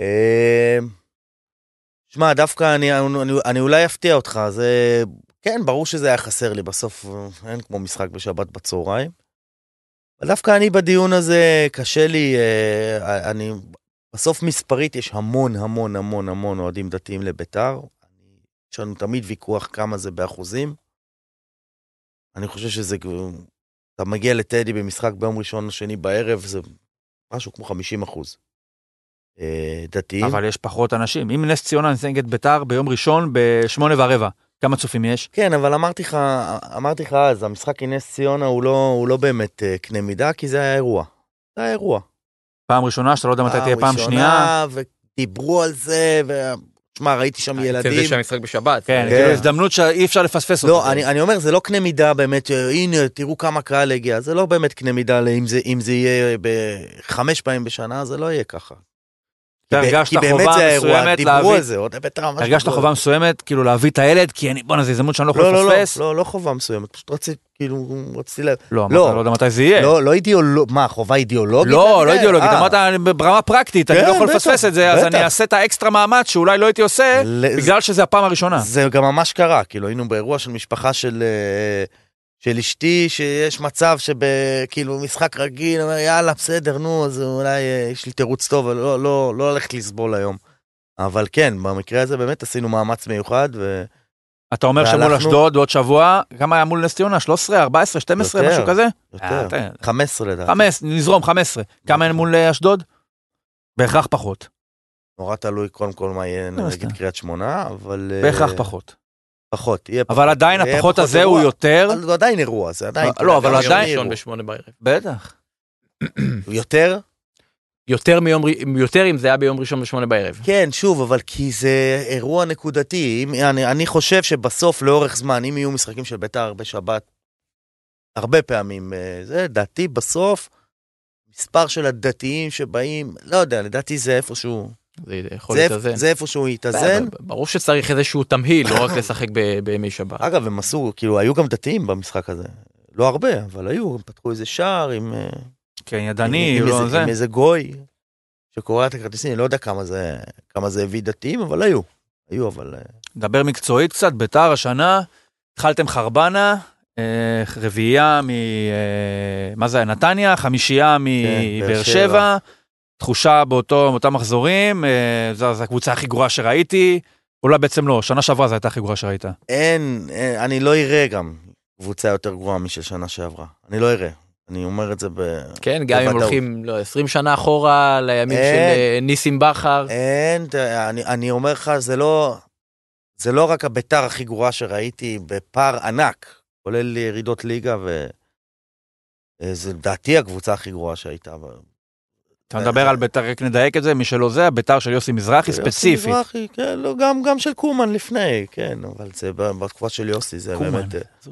שמע, דווקא אני אולי אפתיע אותך, זה... כן, ברור שזה היה חסר לי, בסוף אין כמו משחק בשבת בצהריים. אבל דווקא אני בדיון הזה, קשה לי, בסוף מספרית יש המון אוהדים דתיים לביתר. יש לנו תמיד ויכוח כמה זה באחוזים. אני חושב שזה, אתה מגיע לטדי במשחק ביום ראשון או שני בערב, זה משהו כמו 50%. דתיים. אבל יש פחות אנשים. אם נס ציונה נגד ביתר ביום ראשון ב8:15, כמה צופים יש? כן, אבל אמרתי לך אז, המשחק עם נס ציונה הוא לא באמת קנה מידה, כי זה היה אירוע. זה היה אירוע. פעם ראשונה, שאתה לא יודע מתי תהיה פעם שנייה. ודיברו על זה, שמע, ראיתי שם ילדים. זה שהמשחק בשבת. כן, כאילו הזדמנות שאי אפשר לפספס אותה. לא, אני אומר, זה לא קנה מידה באמת, הנה, תראו כמה קהל הגיע, זה לא באמת קנה מידה, אם זה יהיה 5 פעמים בשנה, זה לא יהיה ככה. הרגשת כי באמת חובה זה האירוע, מסוימת דיברו להביא, על זה, עוד בית"ר ממש הרגשת דיברו על חובה מסוימת, כאילו להביא את הילד, כי אני, בוא'נה, זו הזדמנות שאני לא יכול לפספס. לא חובה מסוימת, פשוט רציתי לא, אתה לא יודע מתי זה יהיה. לא אידיאולוגית, מה, חובה אידיאולוגית? לא אידיאולוגית, אמרת ברמה פרקטית, אני לא יכול לפספס את זה, אז אני אעשה את האקסטרה מאמץ שאולי לא הייתי עושה, בגלל שזה הפעם הראשונה. זה גם ממש קרה, כאילו היינו באירוע של משפחה של אשתי, שיש מצב שכאילו משחק רגיל, יאללה בסדר, נו, אז אולי יש לי תירוץ טוב, אבל לא הולכת לסבול היום. אבל כן, במקרה הזה באמת עשינו מאמץ מיוחד, אתה אומר שמול אשדוד עוד שבוע, כמה היה מול נס ציונה? 13, 14, 12, משהו כזה? יותר, 15 לדעתי. 15, נזרום 15. כמה אין מול אשדוד? בהכרח פחות. נורא תלוי קודם כל מה יהיה נגיד קריית שמונה, אבל... בהכרח פחות. פחות, יהיה פחות. אבל עדיין הפחות הזה הוא יותר... הוא עדיין אירוע, זה עדיין... לא, אבל עדיין... ראשון בשמונה בערב. בטח. יותר? יותר אם זה היה ביום ראשון בשמונה בערב. כן, שוב, אבל כי זה אירוע נקודתי. אני חושב שבסוף, לאורך זמן, אם יהיו משחקים של בית"ר בשבת, הרבה פעמים, זה דעתי בסוף, מספר של הדתיים שבאים, לא יודע, לדעתי זה איפשהו... זה יכול להתאזן. זה איפשהו יתאזן. ברור שצריך איזשהו תמהיל, לא רק לשחק בימי שבת. אגב, הם עשו, כאילו, היו גם דתיים במשחק הזה. לא הרבה, אבל היו, הם פתחו איזה שער עם... כן, ידני, לא זה. עם איזה גוי שקורא את הכרטיסים, אני לא יודע כמה זה הביא דתיים, אבל היו, אבל... דבר מקצועית קצת, בית"ר השנה, התחלתם חרבנה, רביעייה מה זה, נתניה, חמישייה מבאר שבע, תחושה באותם מחזורים, זו הקבוצה הכי גרועה שראיתי, אולי בעצם לא, שנה שעברה זו הייתה הכי גרועה שראית. אני לא אראה גם קבוצה יותר גרועה משל שנה שעברה, אני לא אראה. אני אומר את זה כן, גם אם הולכים 20 שנה אחורה לימים של ניסים בחר. אני אומר לך, זה לא רק הבית"ר הכי גרועה שראיתי בפער ענק, כולל ירידות ליגה, וזה דעתי הקבוצה הכי גרועה שהייתה. אתה מדבר על בית"ר, רק נדייק את זה, מי שלא זה, הבית"ר של יוסי מזרחי ספציפית. יוסי מזרחי, כן, גם של קומן לפני, כן, אבל זה בתקופה של יוסי, זה באמת...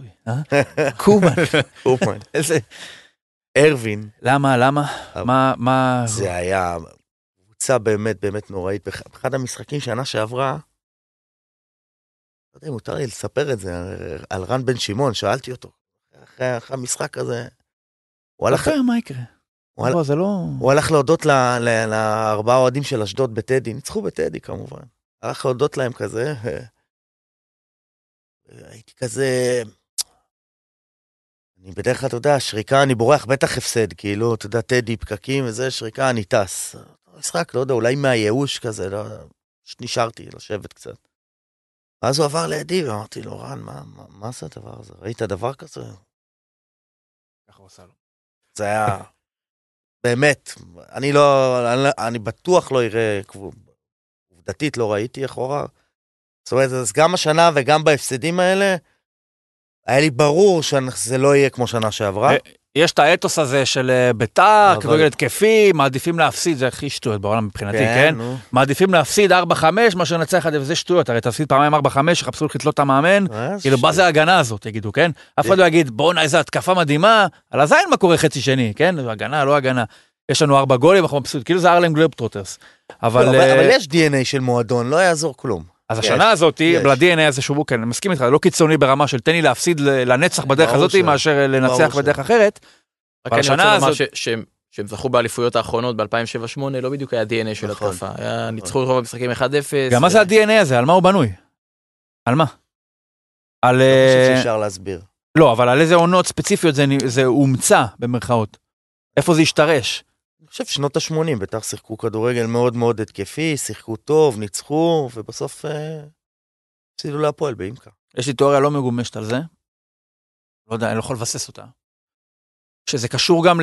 קומן. קומן. איזה... ארווין. למה? מה... זה היה קבוצה באמת באמת נוראית. באחד המשחקים שנה שעברה, לא יודע אם מותר לי לספר את זה, על רן בן שמעון, שאלתי אותו, אחרי המשחק הזה, הוא הלך... מה יקרה? הוא הלך להודות לארבעה אוהדים של אשדוד בטדי, ניצחו בטדי כמובן. הלך להודות להם כזה, הייתי כזה... אני בדרך כלל, אתה יודע, שריקה, אני בורח, בטח הפסד, כאילו, אתה יודע, טדי, פקקים וזה, שריקה, אני טס. משחק, לא יודע, אולי מהייאוש כזה, לא, נשארתי לשבת קצת. ואז הוא עבר לידי, ואמרתי לו, רן, מה זה הדבר הזה? ראית דבר כזה? ככה עושה לו. זה היה, באמת, אני בטוח לא אראה, עובדתית לא ראיתי אחורה. זאת אומרת, אז גם השנה וגם בהפסדים האלה, היה לי ברור שזה לא יהיה כמו שנה שעברה. יש את האתוס הזה של בית"ר, כדורגל התקפי, מעדיפים להפסיד, זה הכי שטויות בעולם מבחינתי, כן? מעדיפים להפסיד 4-5, מאשר נצח עד וזה שטויות, הרי תפסיד פעמיים 4-5, יחפשו לקטלות את המאמן, כאילו, מה זה ההגנה הזאת, יגידו, כן? אף אחד לא יגיד, בואו איזו התקפה מדהימה, על הזין מה קורה חצי שני, כן? הגנה, לא הגנה. יש לנו 4 גולים, אנחנו מבסוט, כאילו זה ארלם גלובטרוטרס. אבל יש DNA של מועדון, לא יעזור כלום. אז השנה הזאת, ל-DNA הזה שהוא, כן, אני מסכים איתך, לא קיצוני ברמה של תן לי להפסיד לנצח בדרך הזאת, מאשר לנצח בדרך אחרת. רק אני רוצה לומר שהם זכו באליפויות האחרונות ב-2007-2008, לא בדיוק היה DNA של התקפה. היה ניצחו רוב המשחקים 1-0. גם מה זה ה-DNA הזה? על מה הוא בנוי? על מה? לא חושב שאפשר להסביר. לא, אבל על איזה עונות ספציפיות זה הומצא במרכאות. איפה זה השתרש? אני חושב שנות ה-80, בית"ר שיחקו כדורגל מאוד מאוד התקפי, שיחקו טוב, ניצחו, ובסוף הפסידו להפועל באימקה. יש לי תיאוריה לא מגומשת על זה. לא יודע, אני לא יכול לבסס אותה. שזה קשור גם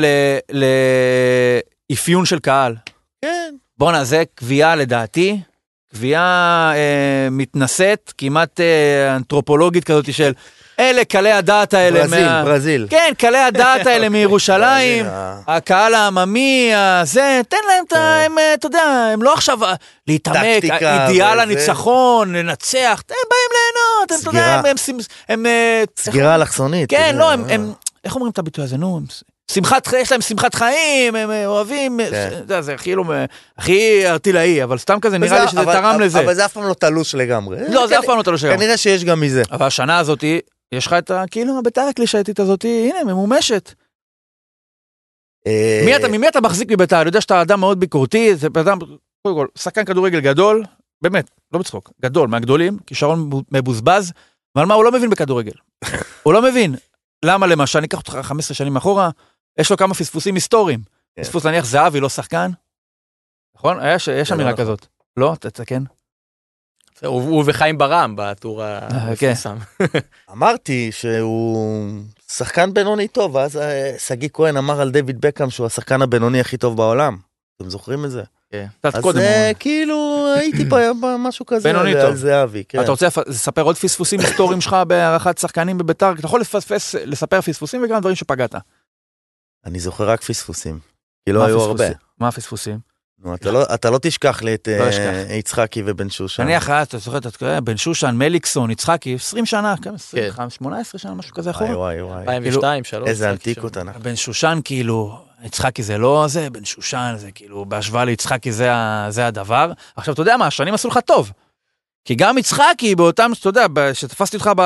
לאפיון של קהל. כן. בוא'נה, זה קביעה לדעתי, קביעה מתנשאת, כמעט אנתרופולוגית כזאת של... אלה קלי הדעת האלה ברזיל. כן, קלי הדעת האלה מירושלים, הקהל העממי, זה, תן להם אתה יודע, הם לא עכשיו להתעמק, אידיאל הניצחון, לנצח, הם באים ליהנות, אתה יודע, סגירה אלכסונית. כן, לא, איך אומרים את הביטוי הזה, נו, יש להם שמחת חיים, הם אוהבים, זה כאילו הכי ארטילאי, אבל סתם כזה נראה לי שזה תרם לזה. אבל זה אף פעם לא תלוש לגמרי. לא, זה אף פעם לא תלוש לגמרי. כנראה שיש גם מזה. אבל השנה הזאת, יש לך את כאילו הביתר הקלישאתית הזאת, הנה, ממומשת. ממי אתה מחזיק מביתר? אני יודע שאתה אדם מאוד ביקורתי, זה אדם, קודם כל, שחקן כדורגל גדול, באמת, לא בצחוק, גדול, מהגדולים, כישרון מבוזבז, אבל מה, הוא לא מבין בכדורגל. הוא לא מבין. למה למשל, אני אקח אותך 15 שנים אחורה, יש לו כמה פספוסים היסטוריים. פספוס נניח זהבי לא שחקן, נכון? יש אמירה כזאת. לא, תתקן. הוא וחיים ברם בטור המפורסם. אמרתי שהוא שחקן בינוני טוב, ואז סגי כהן אמר על דיוויד בקאם שהוא השחקן הבינוני הכי טוב בעולם. אתם זוכרים את זה? אז כאילו הייתי במשהו כזה על זהבי. אתה רוצה לספר עוד פספוסים היסטוריים שלך בהערכת שחקנים בביתר? אתה יכול לספר פספוסים וגם דברים שפגעת. אני זוכר רק פספוסים, כי לא היו הרבה. מה הפספוסים? אתה לא תשכח לי את יצחקי ובן שושן. אני אחרי, אתה זוכר, בן שושן, מליקסון, יצחקי, 20 שנה, 18 שנה, משהו כזה אחורה. וואי. 2002, 3. איזה ענתיקות אנחנו. בן שושן כאילו, יצחקי זה לא זה, בן שושן זה כאילו, בהשוואה ליצחקי זה הדבר. עכשיו, אתה יודע מה, השנים עשו לך טוב. כי גם יצחקי, באותם, אתה יודע, שתפסתי אותך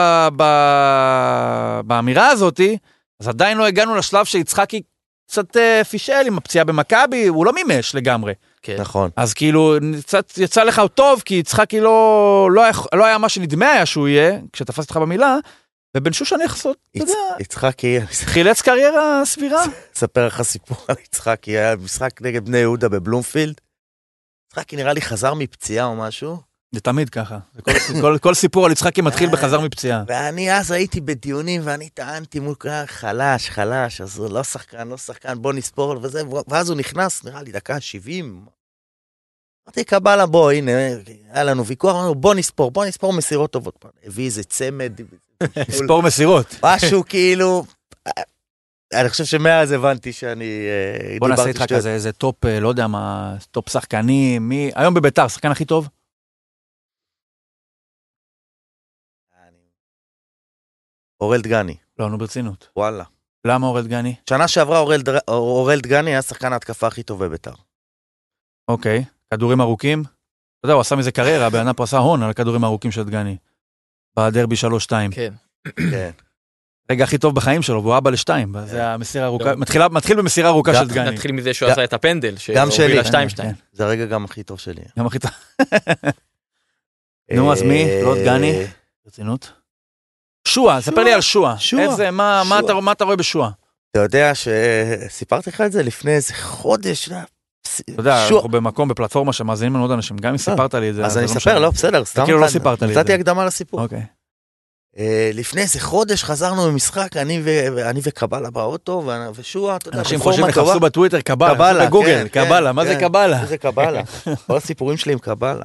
באמירה הזאת, אז עדיין לא הגענו לשלב שיצחקי קצת פישל עם הפציעה במכבי, הוא לא מימש לגמרי. נכון. אז כאילו, יצא לך טוב, כי יצחקי לא היה מה שנדמה היה שהוא יהיה, כשתפסתי אותך במילה, ובן שושן יחסות, אתה יודע, יצחקי חילץ קריירה סבירה. אספר לך סיפור על יצחקי, היה משחק נגד בני יהודה בבלומפילד, יצחקי נראה לי חזר מפציעה או משהו. זה תמיד ככה, כל סיפור על יצחקי מתחיל בחזר מפציעה. ואני אז הייתי בדיונים, ואני טענתי מול חלש, אז לא שחקן, בוא נספור, ואז הוא נכנס, נראה לי דקה 70. אמרתי, קבלה, בוא, הנה, היה לנו ויכוח, אמרנו, בוא נספור מסירות טובות. הביא איזה צמד. ספור מסירות. משהו כאילו, אני חושב שמאז הבנתי שאני בוא נעשה איתך כזה, איזה טופ, לא יודע מה, טופ שחקנים, היום בביתר, שחקן הכי טוב? אורל דגני. לא, נו ברצינות. וואלה. למה אורל דגני? שנה שעברה אורל דגני היה שחקן ההתקפה הכי טוב בביתר. אוקיי, כדורים ארוכים. אתה יודע, הוא עשה מזה קריירה, בענף הוא עשה הון על הכדורים הארוכים של דגני. בדרבי 3-2. כן. רגע הכי טוב בחיים שלו, והוא אבא ל2. זה המסירה ארוכה, מתחיל במסירה ארוכה של דגני. נתחיל מזה שהוא עשה את הפנדל. גם שלי. 2-2. זה הרגע גם הכי טוב שלי. גם הכי טוב. נו, אז מי? לא דגני? ברצינות? שואה, ספר לי על שואה. איזה, מה אתה רואה בשואה? אתה יודע שסיפרתי לך את זה לפני איזה חודש. אתה יודע, אנחנו במקום, בפלטפורמה שמאזינים לנו עוד אנשים, גם אם סיפרת לי את זה. אז אני אספר, לא, בסדר, סתם. כאילו לא סיפרת לי את זה. נתתי הקדמה לסיפור. אוקיי. לפני איזה חודש חזרנו במשחק, אני וקבלה באוטו, ושואה, אתה יודע, אנשים חושבים לחפשו בטוויטר, קבלה, בגוגל, קבלה, מה זה קבלה? זה קבלה, כל הסיפורים שלי עם קבלה.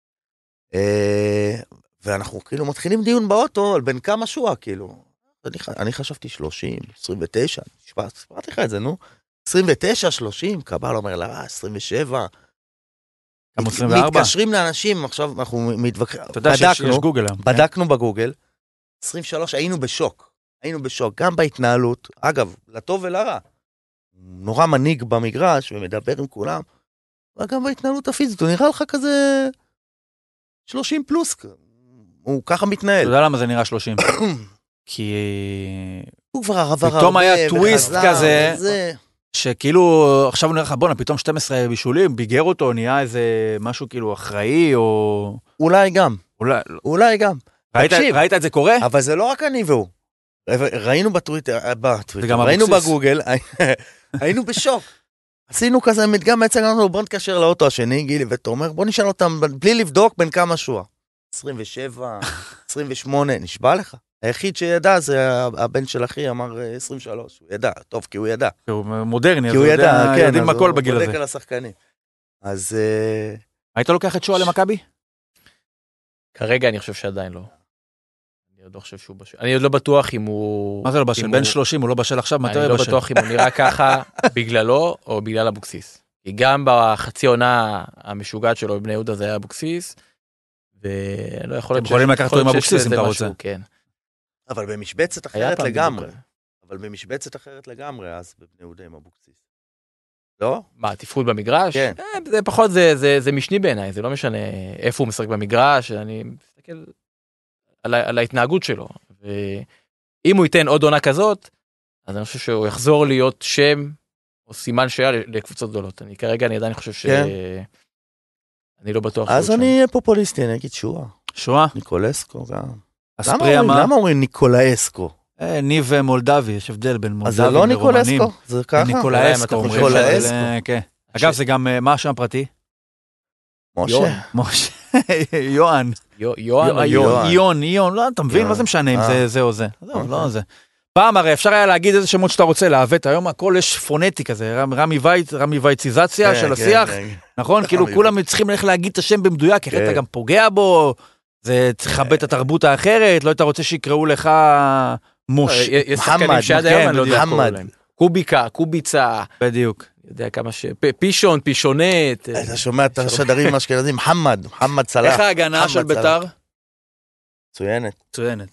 ואנחנו כאילו מתחילים דיון באוטו על בין כמה שואה, כאילו. אני חשבתי 30, 29, ספרתי לך את זה, נו. 29, 30, קבל אומר לה, 27. כמה 24? מתקשרים לאנשים, עכשיו אנחנו מתווכחים. אתה יודע שיש גוגל. בדקנו בגוגל, 23, היינו בשוק, גם בהתנהלות, אגב, לטוב ולרע. נורא מנהיג במגרש ומדבר עם כולם, וגם בהתנהלות הפיזית, הוא נראה לך כזה 30 פלוס, הוא ככה מתנהל. אתה יודע למה זה נראה 30? כי הוא כבר עבר הרבה, פתאום היה טוויסט כזה, שכאילו, עכשיו הוא נראה לך, בונה, פתאום 12 בישולים, ביגר אותו, נהיה איזה משהו כאילו אחראי, או... אולי גם. ראית את זה קורה? אבל זה לא רק אני והוא. ראינו בטוויטר, ראינו בגוגל, היינו בשוק. עשינו כזה מדגם, בעצם אמרנו, בוא נתקשר לאוטו השני, גילי ותומר, בוא נשאל אותם, בלי לבדוק בין כמה שואה. 27, 28, נשבע לך. היחיד שידע זה הבן של אחי, אמר 23, הוא ידע, טוב, כי הוא ידע. הוא מודרני, כי הוא ידע, כן, יודעים הכל בגיל הזה. הוא בודק על השחקנים. אז... היית לוקח את שואה למכבי? כרגע אני חושב שעדיין לא. אני עוד לא חושב שהוא בשל. אני עוד לא בטוח אם הוא... מה זה לא בשל? בין 30 הוא לא בשל עכשיו, מתי הוא בשל? אני לא בטוח אם הוא נראה ככה בגללו או בגלל אבוקסיס. כי גם בחצי עונה המשוגעת שלו בבני יהודה זה היה אבוקסיס, ולא יכול להיות... אתם יכולים לקחת אותו עם אבוקסיס אם אתה רוצה. כן. אבל במשבצת אחרת לגמרי. אבל במשבצת אחרת לגמרי, אז בבני יהודה עם אבוקסיס. לא? מה, תפקוד במגרש? כן. זה פחות, זה משני בעיניי, זה לא משנה איפה הוא משחק במגרש, אני מסתכל על ההתנהגות שלו. ואם הוא ייתן עוד עונה כזאת, אז אני חושב שהוא יחזור להיות שם, או סימן שהיה לקבוצות גדולות. כרגע אני עדיין חושב אני לא בטוח. אז אני אהיה פופוליסטי, אני אגיד שואה. שואה? ניקולסקו גם. אספריה מה? למה אומרים ניקולאסקו? ניב מולדבי, יש הבדל בין אז זה מולדבים לא לרומנים. ניקולסקו, זה ככה? ניקולאסקו. ניקולאסקו. כן. אגב, זה גם, מה השם הפרטי? משה. משה. יואן. יואן. לא, אתה מבין? מה זה משנה אם זה או זה? זהו, לא זה. פעם הרי אפשר היה להגיד איזה שמות שאתה רוצה לעוות, היום הכל יש פונטי כזה, רמי וייציזציה של השיח, נכון? כאילו כולם צריכים ללכת להגיד את השם במדויק, אחרת אתה גם פוגע בו, זה צריך לכבד את התרבות האחרת, לא היית רוצה שיקראו לך יש שחקנים שעד היום אני לא יודע קורא להם. קוביקה, קוביצה. בדיוק. יודע כמה פישון, פישונט. אתה שומע את השדרים האשכנזים, מוחמד סלאח. איך ההגנה של בית"ר? מצוינת.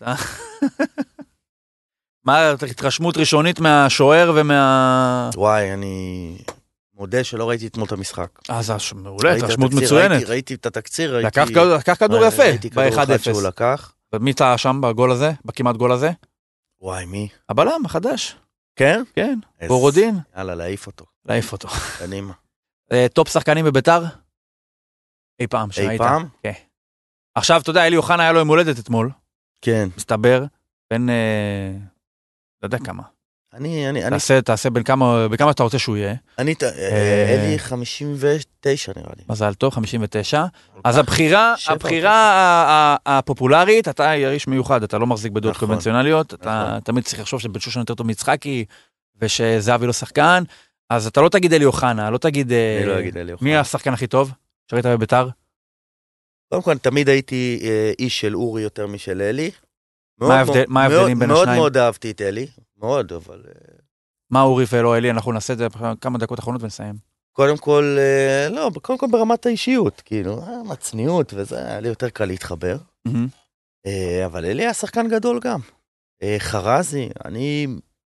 מה התרשמות ראשונית מהשוער וואי, אני מודה שלא ראיתי אתמול את המשחק. אז מעולה, התרשמות מצוינת. ראיתי את התקציר, לקח כדור יפה, ב-1-0. שהוא לקח. ומי אתה שם בגול הזה, בכמעט גול הזה? וואי, מי? הבלם החדש. כן? כן, בורודין. יאללה, להעיף אותו. קדימה. טופ שחקנים בבית"ר? אי פעם שהיית. אי פעם? כן. עכשיו, אתה יודע, אלי אוחנה היה לו יום הולדת אתמול. כן. מסתבר, בין, לא יודע כמה. תעשה בין כמה אתה רוצה שהוא יהיה. אלי 59 נראה לי. מזל טוב, 59. אז הבחירה הפופולרית, אתה איש מיוחד, אתה לא מחזיק בדעות קונבנציונליות, אתה תמיד צריך לחשוב שבצ'ושן יותר טוב מצחקי, ושזהבי לא שחקן, אז אתה לא תגיד אלי אוחנה, לא תגיד מי השחקן הכי טוב שראית בבית"ר? קודם כל, תמיד הייתי איש של אורי יותר משל אלי. מה ההבדלים בין השניים? מאוד מאוד אהבתי את אלי, מאוד, אבל... מה אורי ולא אלי? אנחנו נעשה את זה כמה דקות אחרונות ונסיים. קודם כל, לא, קודם כל ברמת האישיות, כאילו, הצניעות וזה, היה לי יותר קל להתחבר. אבל אלי היה שחקן גדול גם. חרזי, אני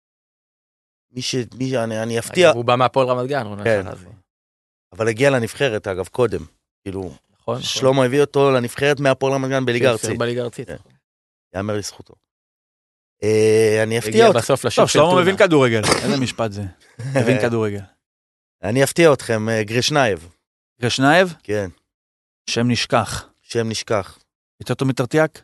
אפתיע... הוא בא מהפועל רמת גן, כן. אבל הגיע לנבחרת, אגב, קודם. כאילו, שלמה הביא אותו לנבחרת מהפועל רמת גן בליגה ארצית. בליגה ארצית. יאמר לזכותו. אני אפתיע אותך. טוב, שלמה מבין כדורגל. איזה משפט זה? מבין כדורגל. אני אפתיע אתכם, גרשנייב. גרשנייב? כן. שם נשכח. יותר טוב מתרטיאק?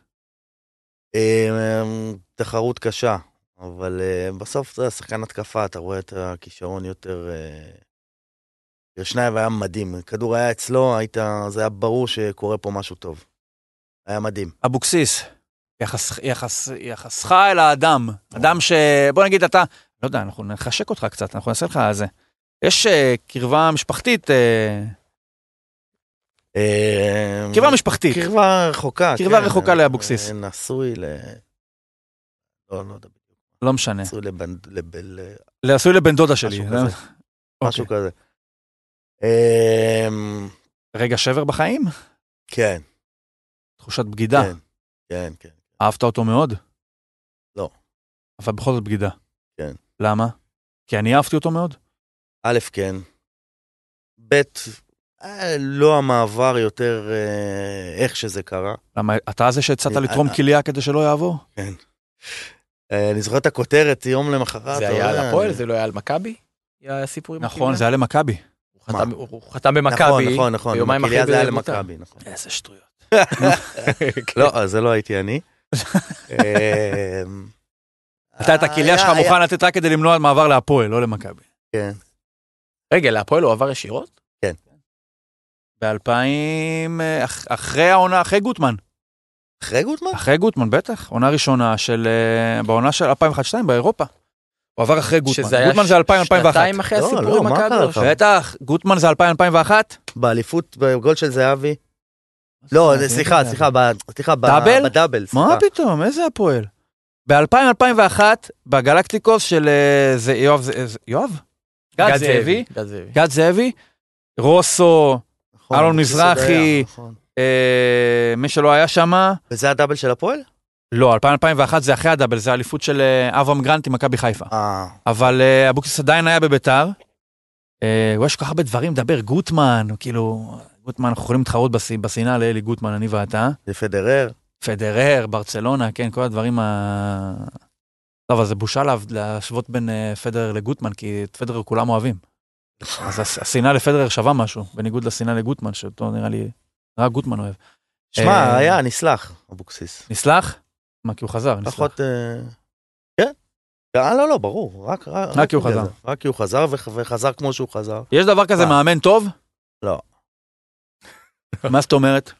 תחרות קשה, אבל בסוף זה שחקן התקפה, אתה רואה את הכישרון יותר... גרשנייב היה מדהים, כדור היה אצלו, זה היה ברור שקורה פה משהו טוב. היה מדהים. אבוקסיס, יחסך אל האדם, אדם בוא נגיד אתה, לא יודע, אנחנו נחשק אותך קצת, אנחנו נעשה לך על זה. יש קרבה משפחתית, קרבה רחוקה. קרבה רחוקה לאבוקסיס. נשוי לא משנה. נשוי עשוי לבן דודה שלי. משהו כזה. רגע שבר בחיים? כן. תחושת בגידה? כן. אהבת אותו מאוד? לא. אבל בכל זאת בגידה? כן. למה? כי אני אהבתי אותו מאוד? א', כן. ב', לא המעבר יותר איך שזה קרה. למה, אתה זה שהצעת לתרום כליה כדי שלא יעבור? כן. אני זוכר את הכותרת יום למחרת. זה היה על הפועל? זה לא היה על מכבי? היה סיפור עם נכון, זה היה למכבי. הוא חתם במכבי. נכון. ויומיים אחרי זה היה למכבי, נכון. איזה שטויות. לא, זה לא הייתי אני. אתה את הכליה שלך מוכן לתת רק כדי למנוע מעבר להפועל, לא למכבי. כן. רגע, להפועל הוא עבר ישירות? כן. ב-2000, אחרי העונה, אחרי גוטמן. אחרי גוטמן? אחרי גוטמן, בטח. עונה ראשונה בעונה של 2001-2002 באירופה. הוא עבר אחרי גוטמן. גוטמן זה 2000-2001. שנתיים אחרי הסיפור עם מכבי. בטח, גוטמן זה 2000-2001. באליפות, בגול של זהבי. לא, סליחה, דאבל? בדאבל. מה פתאום, איזה הפועל? ב-2000-2001, בגלקטיקוס של יואב? גד זאבי, רוסו, אלון מזרחי, מי שלא היה שם. וזה הדאבל של הפועל? לא, 2001 זה אחרי הדאבל, זה האליפות של אברהם גרנט עם מכבי חיפה. אבל אבוקסיס עדיין היה בביתר. הוא יש כל כך הרבה דברים, דבר גוטמן, כאילו, גוטמן, אנחנו יכולים להתחרות בסינה לאלי גוטמן, אני ואתה. זה פדרר, ברצלונה, כן, כל הדברים טוב, אז זה בושה להשוות בין פדרר לגוטמן, כי את פדרר כולם אוהבים. אז הסינה לפדרר שווה משהו, בניגוד לסינה לגוטמן, שאותו נראה לי, רק גוטמן אוהב. שמע, היה, נסלח, אבוקסיס. נסלח? מה, כי הוא חזר, נסלח. פחות, כן. לא, ברור, רק כי הוא חזר. רק כי הוא חזר, וחזר כמו שהוא חזר. יש דבר כזה מאמן טוב? לא. מה זאת אומרת?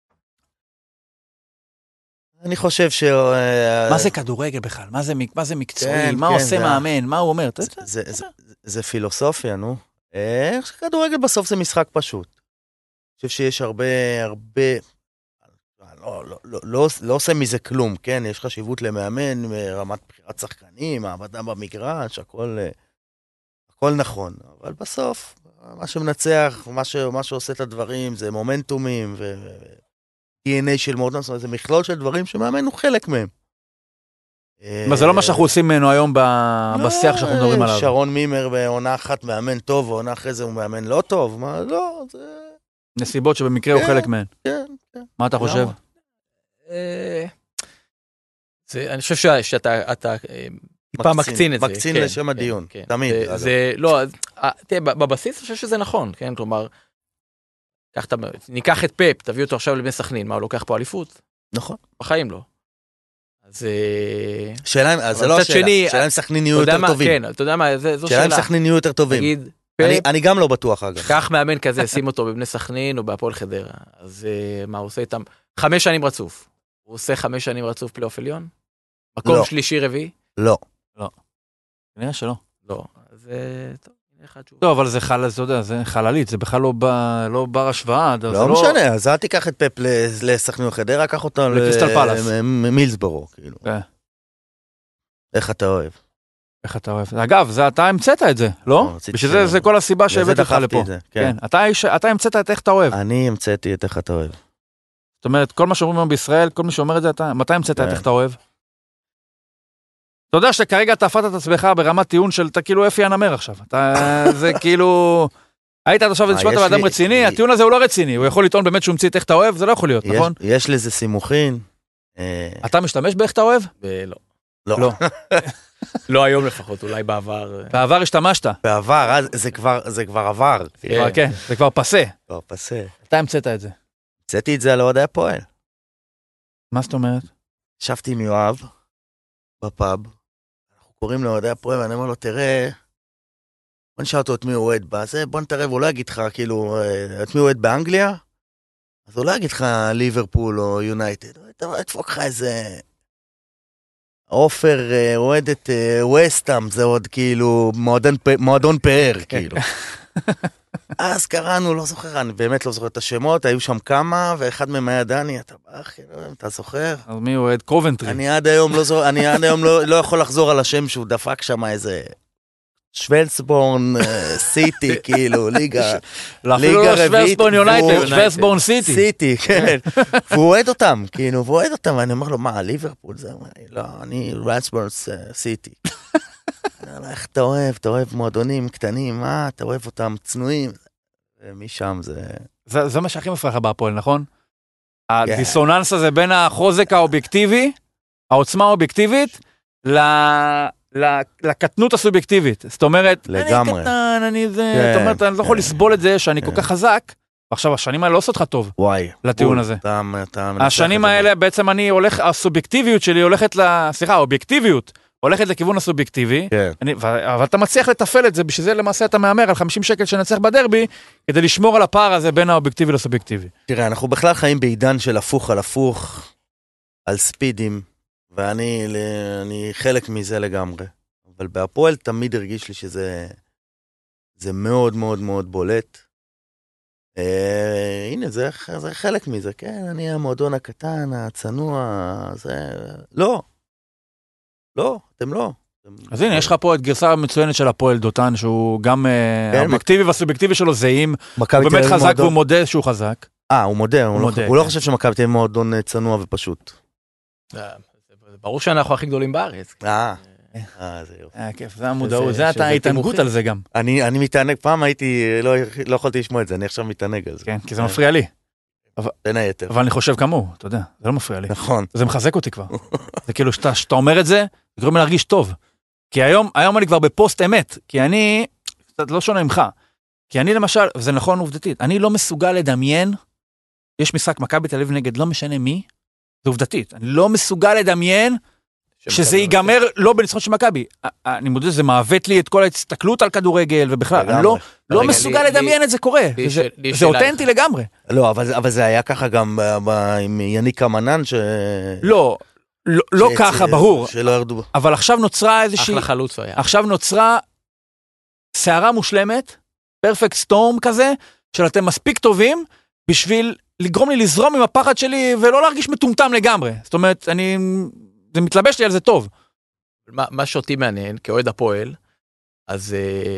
אני חושב ש... מה זה כדורגל בכלל? מה זה מקצועי? מה עושה מאמן? מה הוא אומר? זה פילוסופיה, נו. כדורגל בסוף זה משחק פשוט. אני חושב שיש הרבה... לא עושה מזה כלום, כן? יש חשיבות למאמן, רמת בחירת שחקנים, העבודה במגרש, הכל נכון. אבל בסוף, מה שמנצח, מה שעושה את הדברים, זה מומנטומים DNA של מועדון, זאת אומרת, זה מכלול של דברים שמאמן הוא חלק מהם. אבל זה לא מה שאנחנו עושים ממנו היום בשיח שאנחנו מדברים עליו. שרון מימר בעונה אחת מאמן טוב, ועונה אחרי זה הוא מאמן לא טוב, מה לא, זה... נסיבות שבמקרה הוא חלק מהן. כן. מה אתה חושב? אני חושב שאתה טיפה מקצין את זה. מקצין לשם הדיון, תמיד. לא, תראה, בבסיס אני חושב שזה נכון, כן? כלומר, ניקח את פפ, תביא אותו עכשיו לבני סכנין, מה הוא לוקח פה אליפות? נכון. בחיים לא. אז זה לא השאלה, שאלה אם סכנין יהיו יותר טובים. כן, אתה יודע מה, זו שאלה. שאלה אם סכנין יהיו יותר טובים. אני גם לא בטוח אגב. כך מאמן כזה, שים אותו בבני סכנין או בהפועל חדרה. אז מה הוא עושה איתם? 5 שנים רצוף. הוא עושה 5 שנים רצוף פלייאוף עליון? מקום שלישי רביעי? לא. נראה שלא. לא. אז טוב. טוב, אבל זה חללית, זה בכלל לא בר השוואה. לא משנה, אז אל תיקח את פפ לסכנין או חדרה, קח אותו לקריסטל פלאס. מילסבורו, כאילו. איך אתה אוהב? איך אתה אוהב? אגב, אתה המצאת את זה, לא? בשביל זה כל הסיבה שהבאת לך לפה. כן. אתה המצאת את איך אתה אוהב. אני המצאתי את איך אתה אוהב. זאת אומרת, כל מה שאומרים היום בישראל, כל מי שאומר את זה, מתי המצאת את איך אתה אוהב? אתה יודע שכרגע אתה הפעת את עצמך ברמת טיעון של, אתה כאילו אפי הנמר עכשיו. זה כאילו... היית עד עכשיו ונשמעת באדם רציני, הטיעון הזה הוא לא רציני, הוא יכול לטעון באמת שהוא המציא את איך אתה אוהב, זה לא יכול להיות, נכון? יש לזה סימוכין. אתה משתמש באיך אתה אוהב? לא. לא. לא היום לפחות, אולי בעבר. בעבר השתמשת. בעבר, זה כבר עבר. כן, זה כבר פסה. כבר פסה. אתה המצאת את זה. המצאתי את זה על אוהדי הפועל. מה זאת אומרת? ישבתי עם יואב בפאב, אנחנו קוראים לאוהדי הפועל, ואני אומר לו, תראה, בוא נשאל אותו את מי הוא אוהד בזה, בוא נתערב, הוא לא יגיד לך, כאילו, את מי הוא אוהד באנגליה, אז הוא לא יגיד לך ליברפול או יונייטד, הוא תפוק לך איזה... אופר אוהד את ווסטהאם, זה עוד כאילו מועדון פאר, כאילו. אז קראנו, לא זוכר, אני באמת לא זוכר את השמות, היו שם כמה, ואחד מהם היה דני, אתה זוכר? אז מי הוא אוהד קובנטרי? אני עד היום לא יכול לחזור על השם שהוא דפק שם איזה... שוולסבורן סיטי, כאילו, ליגה רביעית. שוולסבורן יונייטד, שוולסבורן סיטי. סיטי, כן. והוא אוהד אותם, כאילו, והוא אוהד אותם, ואני אומר לו, מה, ליברפול זה? לא, אני שוולסבורן סיטי. אני אומר לו, איך אתה אוהב מועדונים קטנים, מה, אתה אוהב אותם צנועים? ומשם זה... זה מה שהכי מפריע לך בהפועל, נכון? הדיסוננס הזה בין החוזק האובייקטיבי, העוצמה האובייקטיבית, לקטנות הסובייקטיבית. זאת אומרת, לגמרי. אני קטן, אני זה, זאת אומרת, אני לא יכול לסבול את זה שאני כל כך חזק, ועכשיו השנים האלה לא עושות לך טוב. וואי. לטיעון הזה. השנים האלה בעצם הסובייקטיביות שלי הולכת האובייקטיביות הולכת לכיוון הסובייקטיבי, אבל אתה מצליח לתפעל את זה, בשביל זה למעשה אתה מאמר על 50 שקל שנצח בדרבי, כדי לשמור על הפער הזה בין האובייקטיבי לסובייקטיבי. תראה, אנחנו בכלל חיים בעידן של הפוך על הפוך, על ספידים, ואני חלק מזה לגמרי. אבל בהפועל תמיד הרגיש לי שזה מאוד מאוד מאוד בולט. הנה, זה חלק מזה, כן? אני המועדון הקטן, הצנוע, זה... לא, אתם לא. אז הנה, יש לך פה את גרסה מצוינת של הפועל דותן, שהוא גם האובייקטיבי והסובייקטיבי שלו זהים, הוא באמת חזק והוא מודה שהוא חזק. הוא מודה, הוא לא חושב שמכבי תהיה מועדון צנוע ופשוט. ברור שאנחנו הכי גדולים בארץ. זה יופי. כיף, זה המודעות, זה אתה ההתענגות על זה גם. אני מתענג, פעם לא יכולתי לשמוע את זה, אני עכשיו מתענג על זה. כן, כי זה מפריע לי. בין היתר. אבל אני חושב כמוהו, אתה יודע, זה לא מפריע לי. נכון. זה מחזק אותי כבר. זה כאילו שאתה אומר את זה, זה גורם לי להרגיש טוב. כי היום אני כבר בפוסט אמת, כי אני, קצת לא שונה ממך, כי אני למשל, וזה נכון עובדתית, אני לא מסוגל לדמיין, יש משחק מכבי תל אביב נגד לא משנה מי, זה עובדתית, אני לא מסוגל לדמיין שזה ייגמר לא בניצחון של מכבי. אני מודה, זה מעוות לי את כל ההסתכלות על כדורגל, ובכלל, אני לא מסוגל לדמיין את זה קורה. זה אותנטי לגמרי. לא, אבל זה היה ככה גם עם יניק אמנן לא ככה, ברור. שלא ירדו. אבל עכשיו נוצרה איזושהי... אחלה חלוץ היה. עכשיו נוצרה שערה מושלמת, פרפקט סטורם כזה, של אתם מספיק טובים, בשביל לגרום לי לזרום עם הפחד שלי, ולא להרגיש מטומטם לגמרי. זאת אומרת, זה מתלבש לי על זה טוב. מה שאותי מעניין, כאוהד הפועל, אז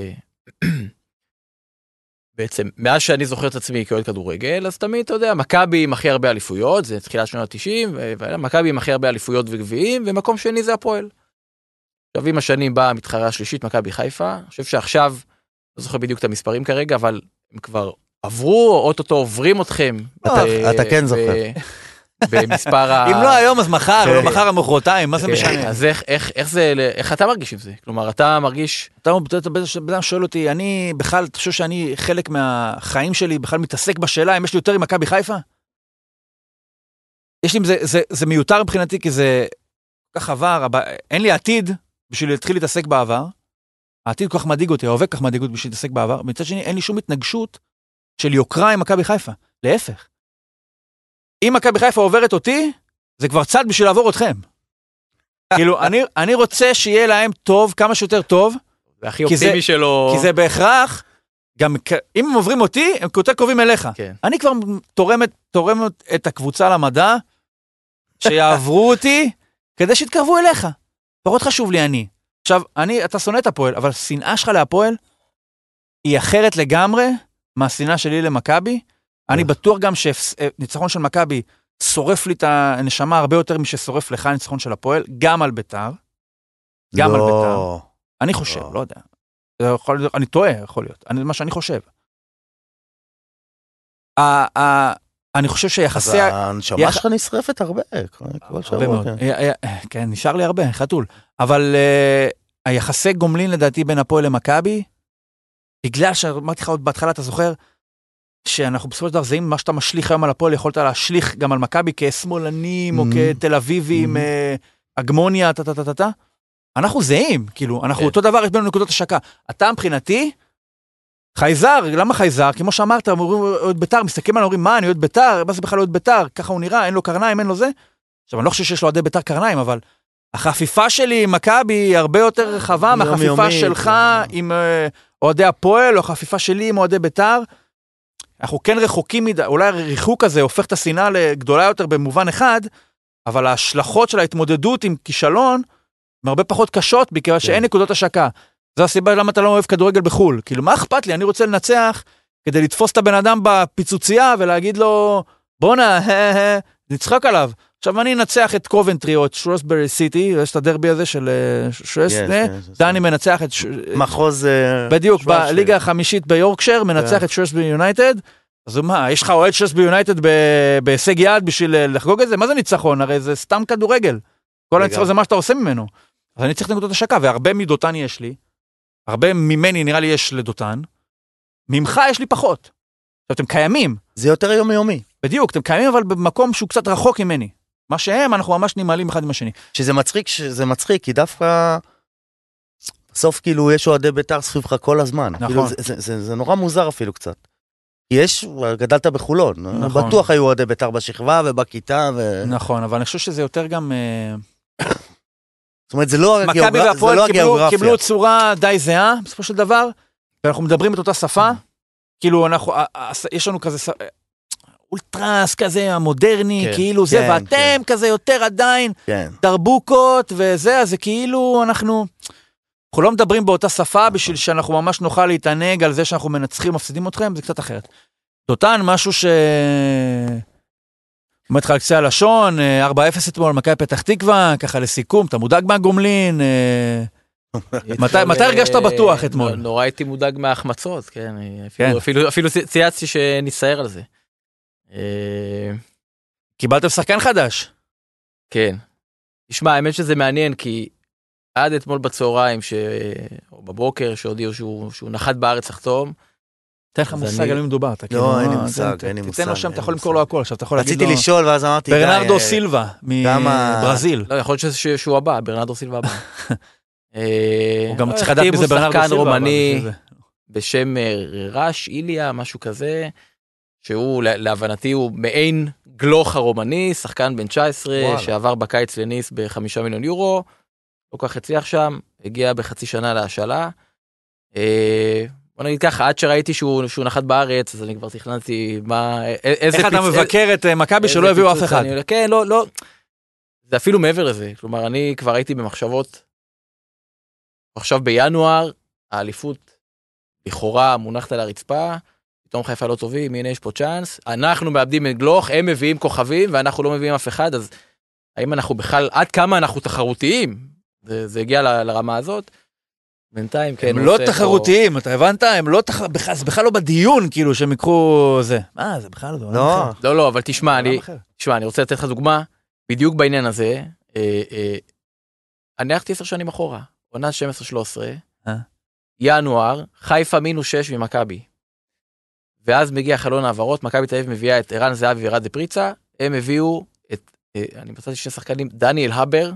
בעצם, מאז שאני זוכר את עצמי כאוהד כדורגל, אז תמיד, אתה יודע, מכבי עם הכי הרבה אליפויות, זה תחילת שנות ה-90, ומכבי עם הכי הרבה אליפויות וגביעים, ומקום שני זה הפועל. עכשיו, עם השנים באה המתחרה השלישית, מכבי חיפה, אני חושב שעכשיו, לא זוכר בדיוק את המספרים כרגע, אבל הם כבר עברו, או אוטוטו עוברים אתכם. אתה כן זוכר. במספר אם לא היום, אז מחר, או לא מחר המחרתיים, מה זה משנה? אז איך אתה מרגיש עם זה? כלומר, אתה מרגיש... אתה שואל אותי, אני בכלל, אתה חושב שאני חלק מהחיים שלי, בכלל מתעסק בשאלה, אם יש לי יותר עם מכבי חיפה? יש לי, זה מיותר מבחינתי, כי זה כך עבר, אין לי עתיד בשביל להתחיל להתעסק בעבר, העתיד כל כך מדאיג אותי, ההווה כל כך מדאיג אותי בשביל להתעסק בעבר, מצד שני, אין לי שום התנגשות של יוקרה עם מכבי חיפה, להפך. אם מכבי חיפה עוברת אותי, זה כבר צד בשביל לעבור אתכם. כאילו, אני רוצה שיהיה להם טוב, כמה שיותר טוב. זה הכי אופטימי שלו. כי זה בהכרח, גם אם הם עוברים אותי, הם יותר קרובים אליך. כן. אני כבר תורם את הקבוצה למדע, שיעברו אותי, כדי שיתקרבו אליך. פחות חשוב לי אני. עכשיו, אתה שונא את הפועל, אבל השנאה שלך להפועל, היא אחרת לגמרי, מהשנאה שלי למכבי, אני בטוח גם שניצחון של מכבי שורף לי את הנשמה הרבה יותר מששורף לך ניצחון של הפועל, גם על ביתר. גם על ביתר. אני חושב, לא יודע. אני טועה, יכול להיות. זה מה שאני חושב. אני חושב שיחסי... אז הנשמה שלך נשרפת הרבה. הרבה מאוד. כן, נשאר לי הרבה, חתול. אבל היחסי גומלין לדעתי בין הפועל למכבי, בגלל שאמרתי לך עוד בהתחלה, אתה זוכר, שאנחנו בסופו של דבר זהים, מה שאתה משליך היום על הפועל, יכולת להשליך גם על מכבי כשמאלנים, או כתל אביבים, אגמוניה, אנחנו זהים, כאילו, אנחנו אותו דבר, יש בינו נקודות השקה. אתה מבחינתי, חייזר, למה חייזר? כמו שאמרת, אוהד ביתר, מסתכלים עליו, אומרים, מה, אני אוהד ביתר? מה זה בכלל אוהד ביתר? ככה הוא נראה, אין לו קרניים, אין לו זה. עכשיו, אני לא חושב שיש לו אוהדי ביתר קרניים, אבל החפיפה שלי עם מכבי היא הרבה יותר רחבה מהחפיפה שלך עם אוהדי הפועל, או החפיפה שלי עם אוהדי ביתר. אנחנו כן רחוקים מדי, אולי הריחוק הזה הופך את השנאה לגדולה יותר במובן אחד, אבל ההשלכות של ההתמודדות עם כישלון, הן הרבה פחות קשות, בגלל שאין נקודות השקה. זו הסיבה למה אתה לא אוהב כדורגל בחול. כאילו, מה אכפת לי? אני רוצה לנצח, כדי לתפוס את הבן אדם בפיצוצייה, ולהגיד לו, בונה, נצחק עליו. עכשיו אני אנצח את קובנטרי, או את שרוסברי סיטי, יש את הדרבי הזה של דני מנצח את... מחוז... בדיוק, בליגה החמישית ביורקשר, מנצח את שרוסברי יונייטד, אז מה, יש לך אוהד שרוסברי יונייטד בהישג יד בשביל לחגוג את זה? מה זה ניצחון? הרי זה סתם כדורגל. כל הניצחון זה מה שאתה עושה ממנו. אז אני צריך נקודות השקה, והרבה מדותן יש לי, הרבה ממני נראה לי יש לדותן, ממך יש לי פחות. עכשיו, אתם קיימים. זה יותר יומי. בדיוק, אתם קיימים אבל במקום שהוא קצת רחוק ממני. מה שהם, אנחנו ממש נמעלים אחד עם השני. שזה מצחיק, כי דווקא בסוף כאילו יש אוהדי בית"ר סביבך כל הזמן. נכון. כאילו, זה נורא מוזר אפילו קצת. גדלת בחולון. נכון. בטוח היו אוהדי בית"ר בשכבה ובכיתה. נכון, אבל אני חושב שזה יותר גם... זאת אומרת, זה לא הגיאוגרפיה. קיבלו צורה די זהה, בסופו של דבר, ואנחנו מדברים את אותה שפה, כאילו יש לנו כזה... אולטרס כזה, המודרני, כאילו זה, ואתם כזה יותר עדיין, דרבוקות וזה, אז זה כאילו אנחנו לא מדברים באותה שפה, בשביל שאנחנו ממש נוכל להתענג על זה שאנחנו מנצחים, מפסידים אתכם, זה קצת אחרת. דותן, משהו אומרת לך על קצה הלשון, 4-0 אתמול, מכבי פתח תקווה, ככה לסיכום, אתה מודאג מהגומלין, מתי הרגשת בטוח אתמול? נורא הייתי מודאג מההחמצות, כן, אפילו צייצתי שניסייר על זה. קיבלתם שחקן חדש? כן. תשמע, האמת שזה מעניין, כי עד אתמול בצהריים, או בבוקר, שהודיעו שהוא נחת בארץ לחתום. תן לך מושג על מי מדובר. לא, אין לי מושג, אין לי מושג. תתן לו שם, אתה יכול למכור לו הכל, עכשיו אתה יכול להגיד לו... רציתי לשאול, ואז אמרתי... ברנרדו סילבה, מברזיל. לא, יכול להיות שהוא הבא, ברנרדו סילבה הבא. הוא גם צריך לדעת מזה ברנרדו סילבה. שחקן רומני בשם רש, איליה, משהו כזה, שהוא, להבנתי, הוא מעין גלוך הרומני, שחקן בן 19, שעבר בקיץ לניס ב5 מיליון יורו, לא כך הצליח שם, הגיע בחצי שנה להשאלה. בוא נגיד ככה, עד שראיתי שהוא נחת בארץ, אז אני כבר תכננתי איך אתה מבקר את מכבי שלא הביאו אף אחד? כן, לא. זה אפילו מעבר לזה. כלומר, אני כבר הייתי במחשבות, עכשיו בינואר, האליפות לכאורה מונחת על הרצפה, פתאום חיפה לא טובים, הנה יש פה צ'אנס, אנחנו מאבדים את גלוך, הם מביאים כוכבים, ואנחנו לא מביאים אף אחד, אז האם אנחנו בכלל, עד כמה אנחנו תחרותיים? זה הגיע לרמה הזאת. בינתיים, כן. הם לא תחרותיים, אתה הבנת? הם לא תחרותיים, זה בכלל לא בדיון, כאילו, שהם יקחו זה. זה בכלל לא. לא, אבל תשמע, אני רוצה לתת לך דוגמה, בדיוק בעניין הזה, אני הלכתי 10 שנים אחורה, עונה 12-13, ינואר, חיפה -6 ממכבי. ואז מגיע חלון העברות, מכבי תל אביב מביאה את ערן זהבי ורד פריצה, הם הביאו אני מצאתי 2 שחקנים, דניאל הבר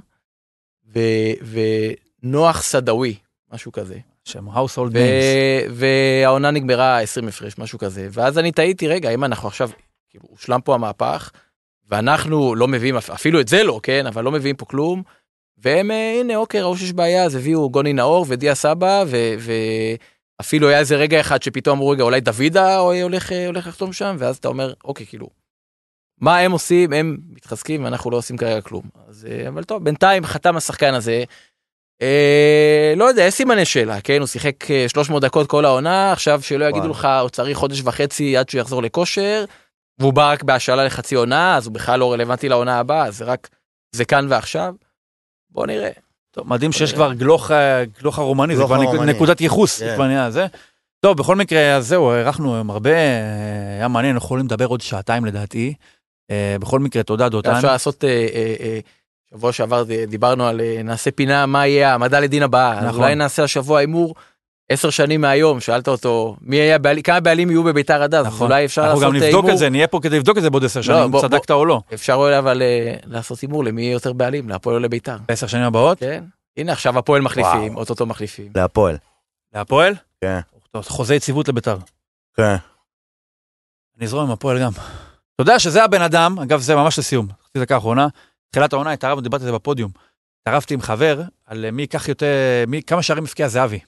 ונוח סדאוי, משהו כזה. שם household names. והעונה נגמרה 20 הפרש, משהו כזה. ואז אני טעיתי, רגע, אם אנחנו עכשיו, כאילו, הושלם פה המהפך, ואנחנו לא מביאים, אפילו את זה לא, כן, אבל לא מביאים פה כלום, והם, הנה, אוקיי, ראו שיש בעיה, אז הביאו גוני נאור ודיה סבא, ואפילו היה איזה רגע אחד שפתאום אמרו, רגע, אולי דוידה הולך לחתום שם, ואז אתה אומר, אוקיי, כאילו, מה הם עושים? הם מתחזקים, ואנחנו לא עושים כרגע כלום. אז, אבל טוב, בינתיים חתם השחקן הזה, לא יודע, יש סימני שאלה, כן? הוא שיחק 300 דקות כל העונה, עכשיו שלא יגידו לך, הוא צריך 1.5 חודש עד שהוא יחזור לכושר, והוא בא רק בהשאלה לחצי עונה, אז הוא בכלל לא רלוונטי לעונה הבאה, אז זה כאן ועכשיו. בוא נראה. טוב, מדהים שיש כבר גלוך הרומני, זה כבר נקודת ייחוס. טוב, בכל מקרה, אז זהו, ערכנו הרבה, היה מעניין, אנחנו יכולים לדבר עוד 2 שעות לדעתי. בכל מקרה, תודה דותן. אפשר לעשות... שבוע שעבר דיברנו על נעשה פינה מה יהיה המדע לדין הבאה, אז אולי נעשה השבוע אימור 10 שנים מהיום, שאלת אותו כמה בעלים יהיו בביתר עד אז, אולי אפשר לעשות אימור. אנחנו גם נבדוק את זה, נהיה פה כדי לבדוק את זה בעוד 10 שנים, אם צדקת או לא. אפשר אולי אבל לעשות אימור למי יהיה יותר בעלים, להפועל או לביתר. ב10 שנים הבאות? כן, הנה עכשיו הפועל מחליפים, אותו מחליפים. להפועל. להפועל? כן. חוזה יציבות לביתר. כן. אני אזרום עם הפועל גם. אתה יודע שזה הבן אדם, אגב זה ממש לסיום, חצי דקה האחרונה, תחילת העונה, התערבנו, דיברתי את זה בפודיום, התערבתי עם חבר על מי ייקח יותר, כמה שערים מפקיע זהבי.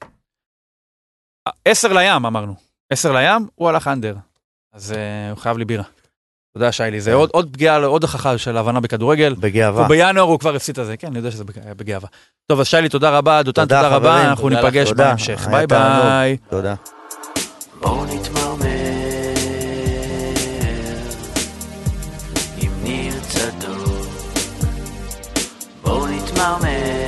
10 לים אמרנו, 10 לים, הוא הלך אנדר, אז הוא חייב לי בירה. תודה שיילי, זה עוד פגיעה, עוד הוכחה של הבנה בכדורגל. בגאווה. ובינואר הוא כבר הפסיד את זה, כן, אני יודע שזה בגאווה. טוב, אז שיילי, תודה רבה, דותן, תודה רבה, אנחנו ניפגש בהמשך. ביי ביי. תודה. בואו נתמרמר עם ניר צדוק, בואו נתמרמר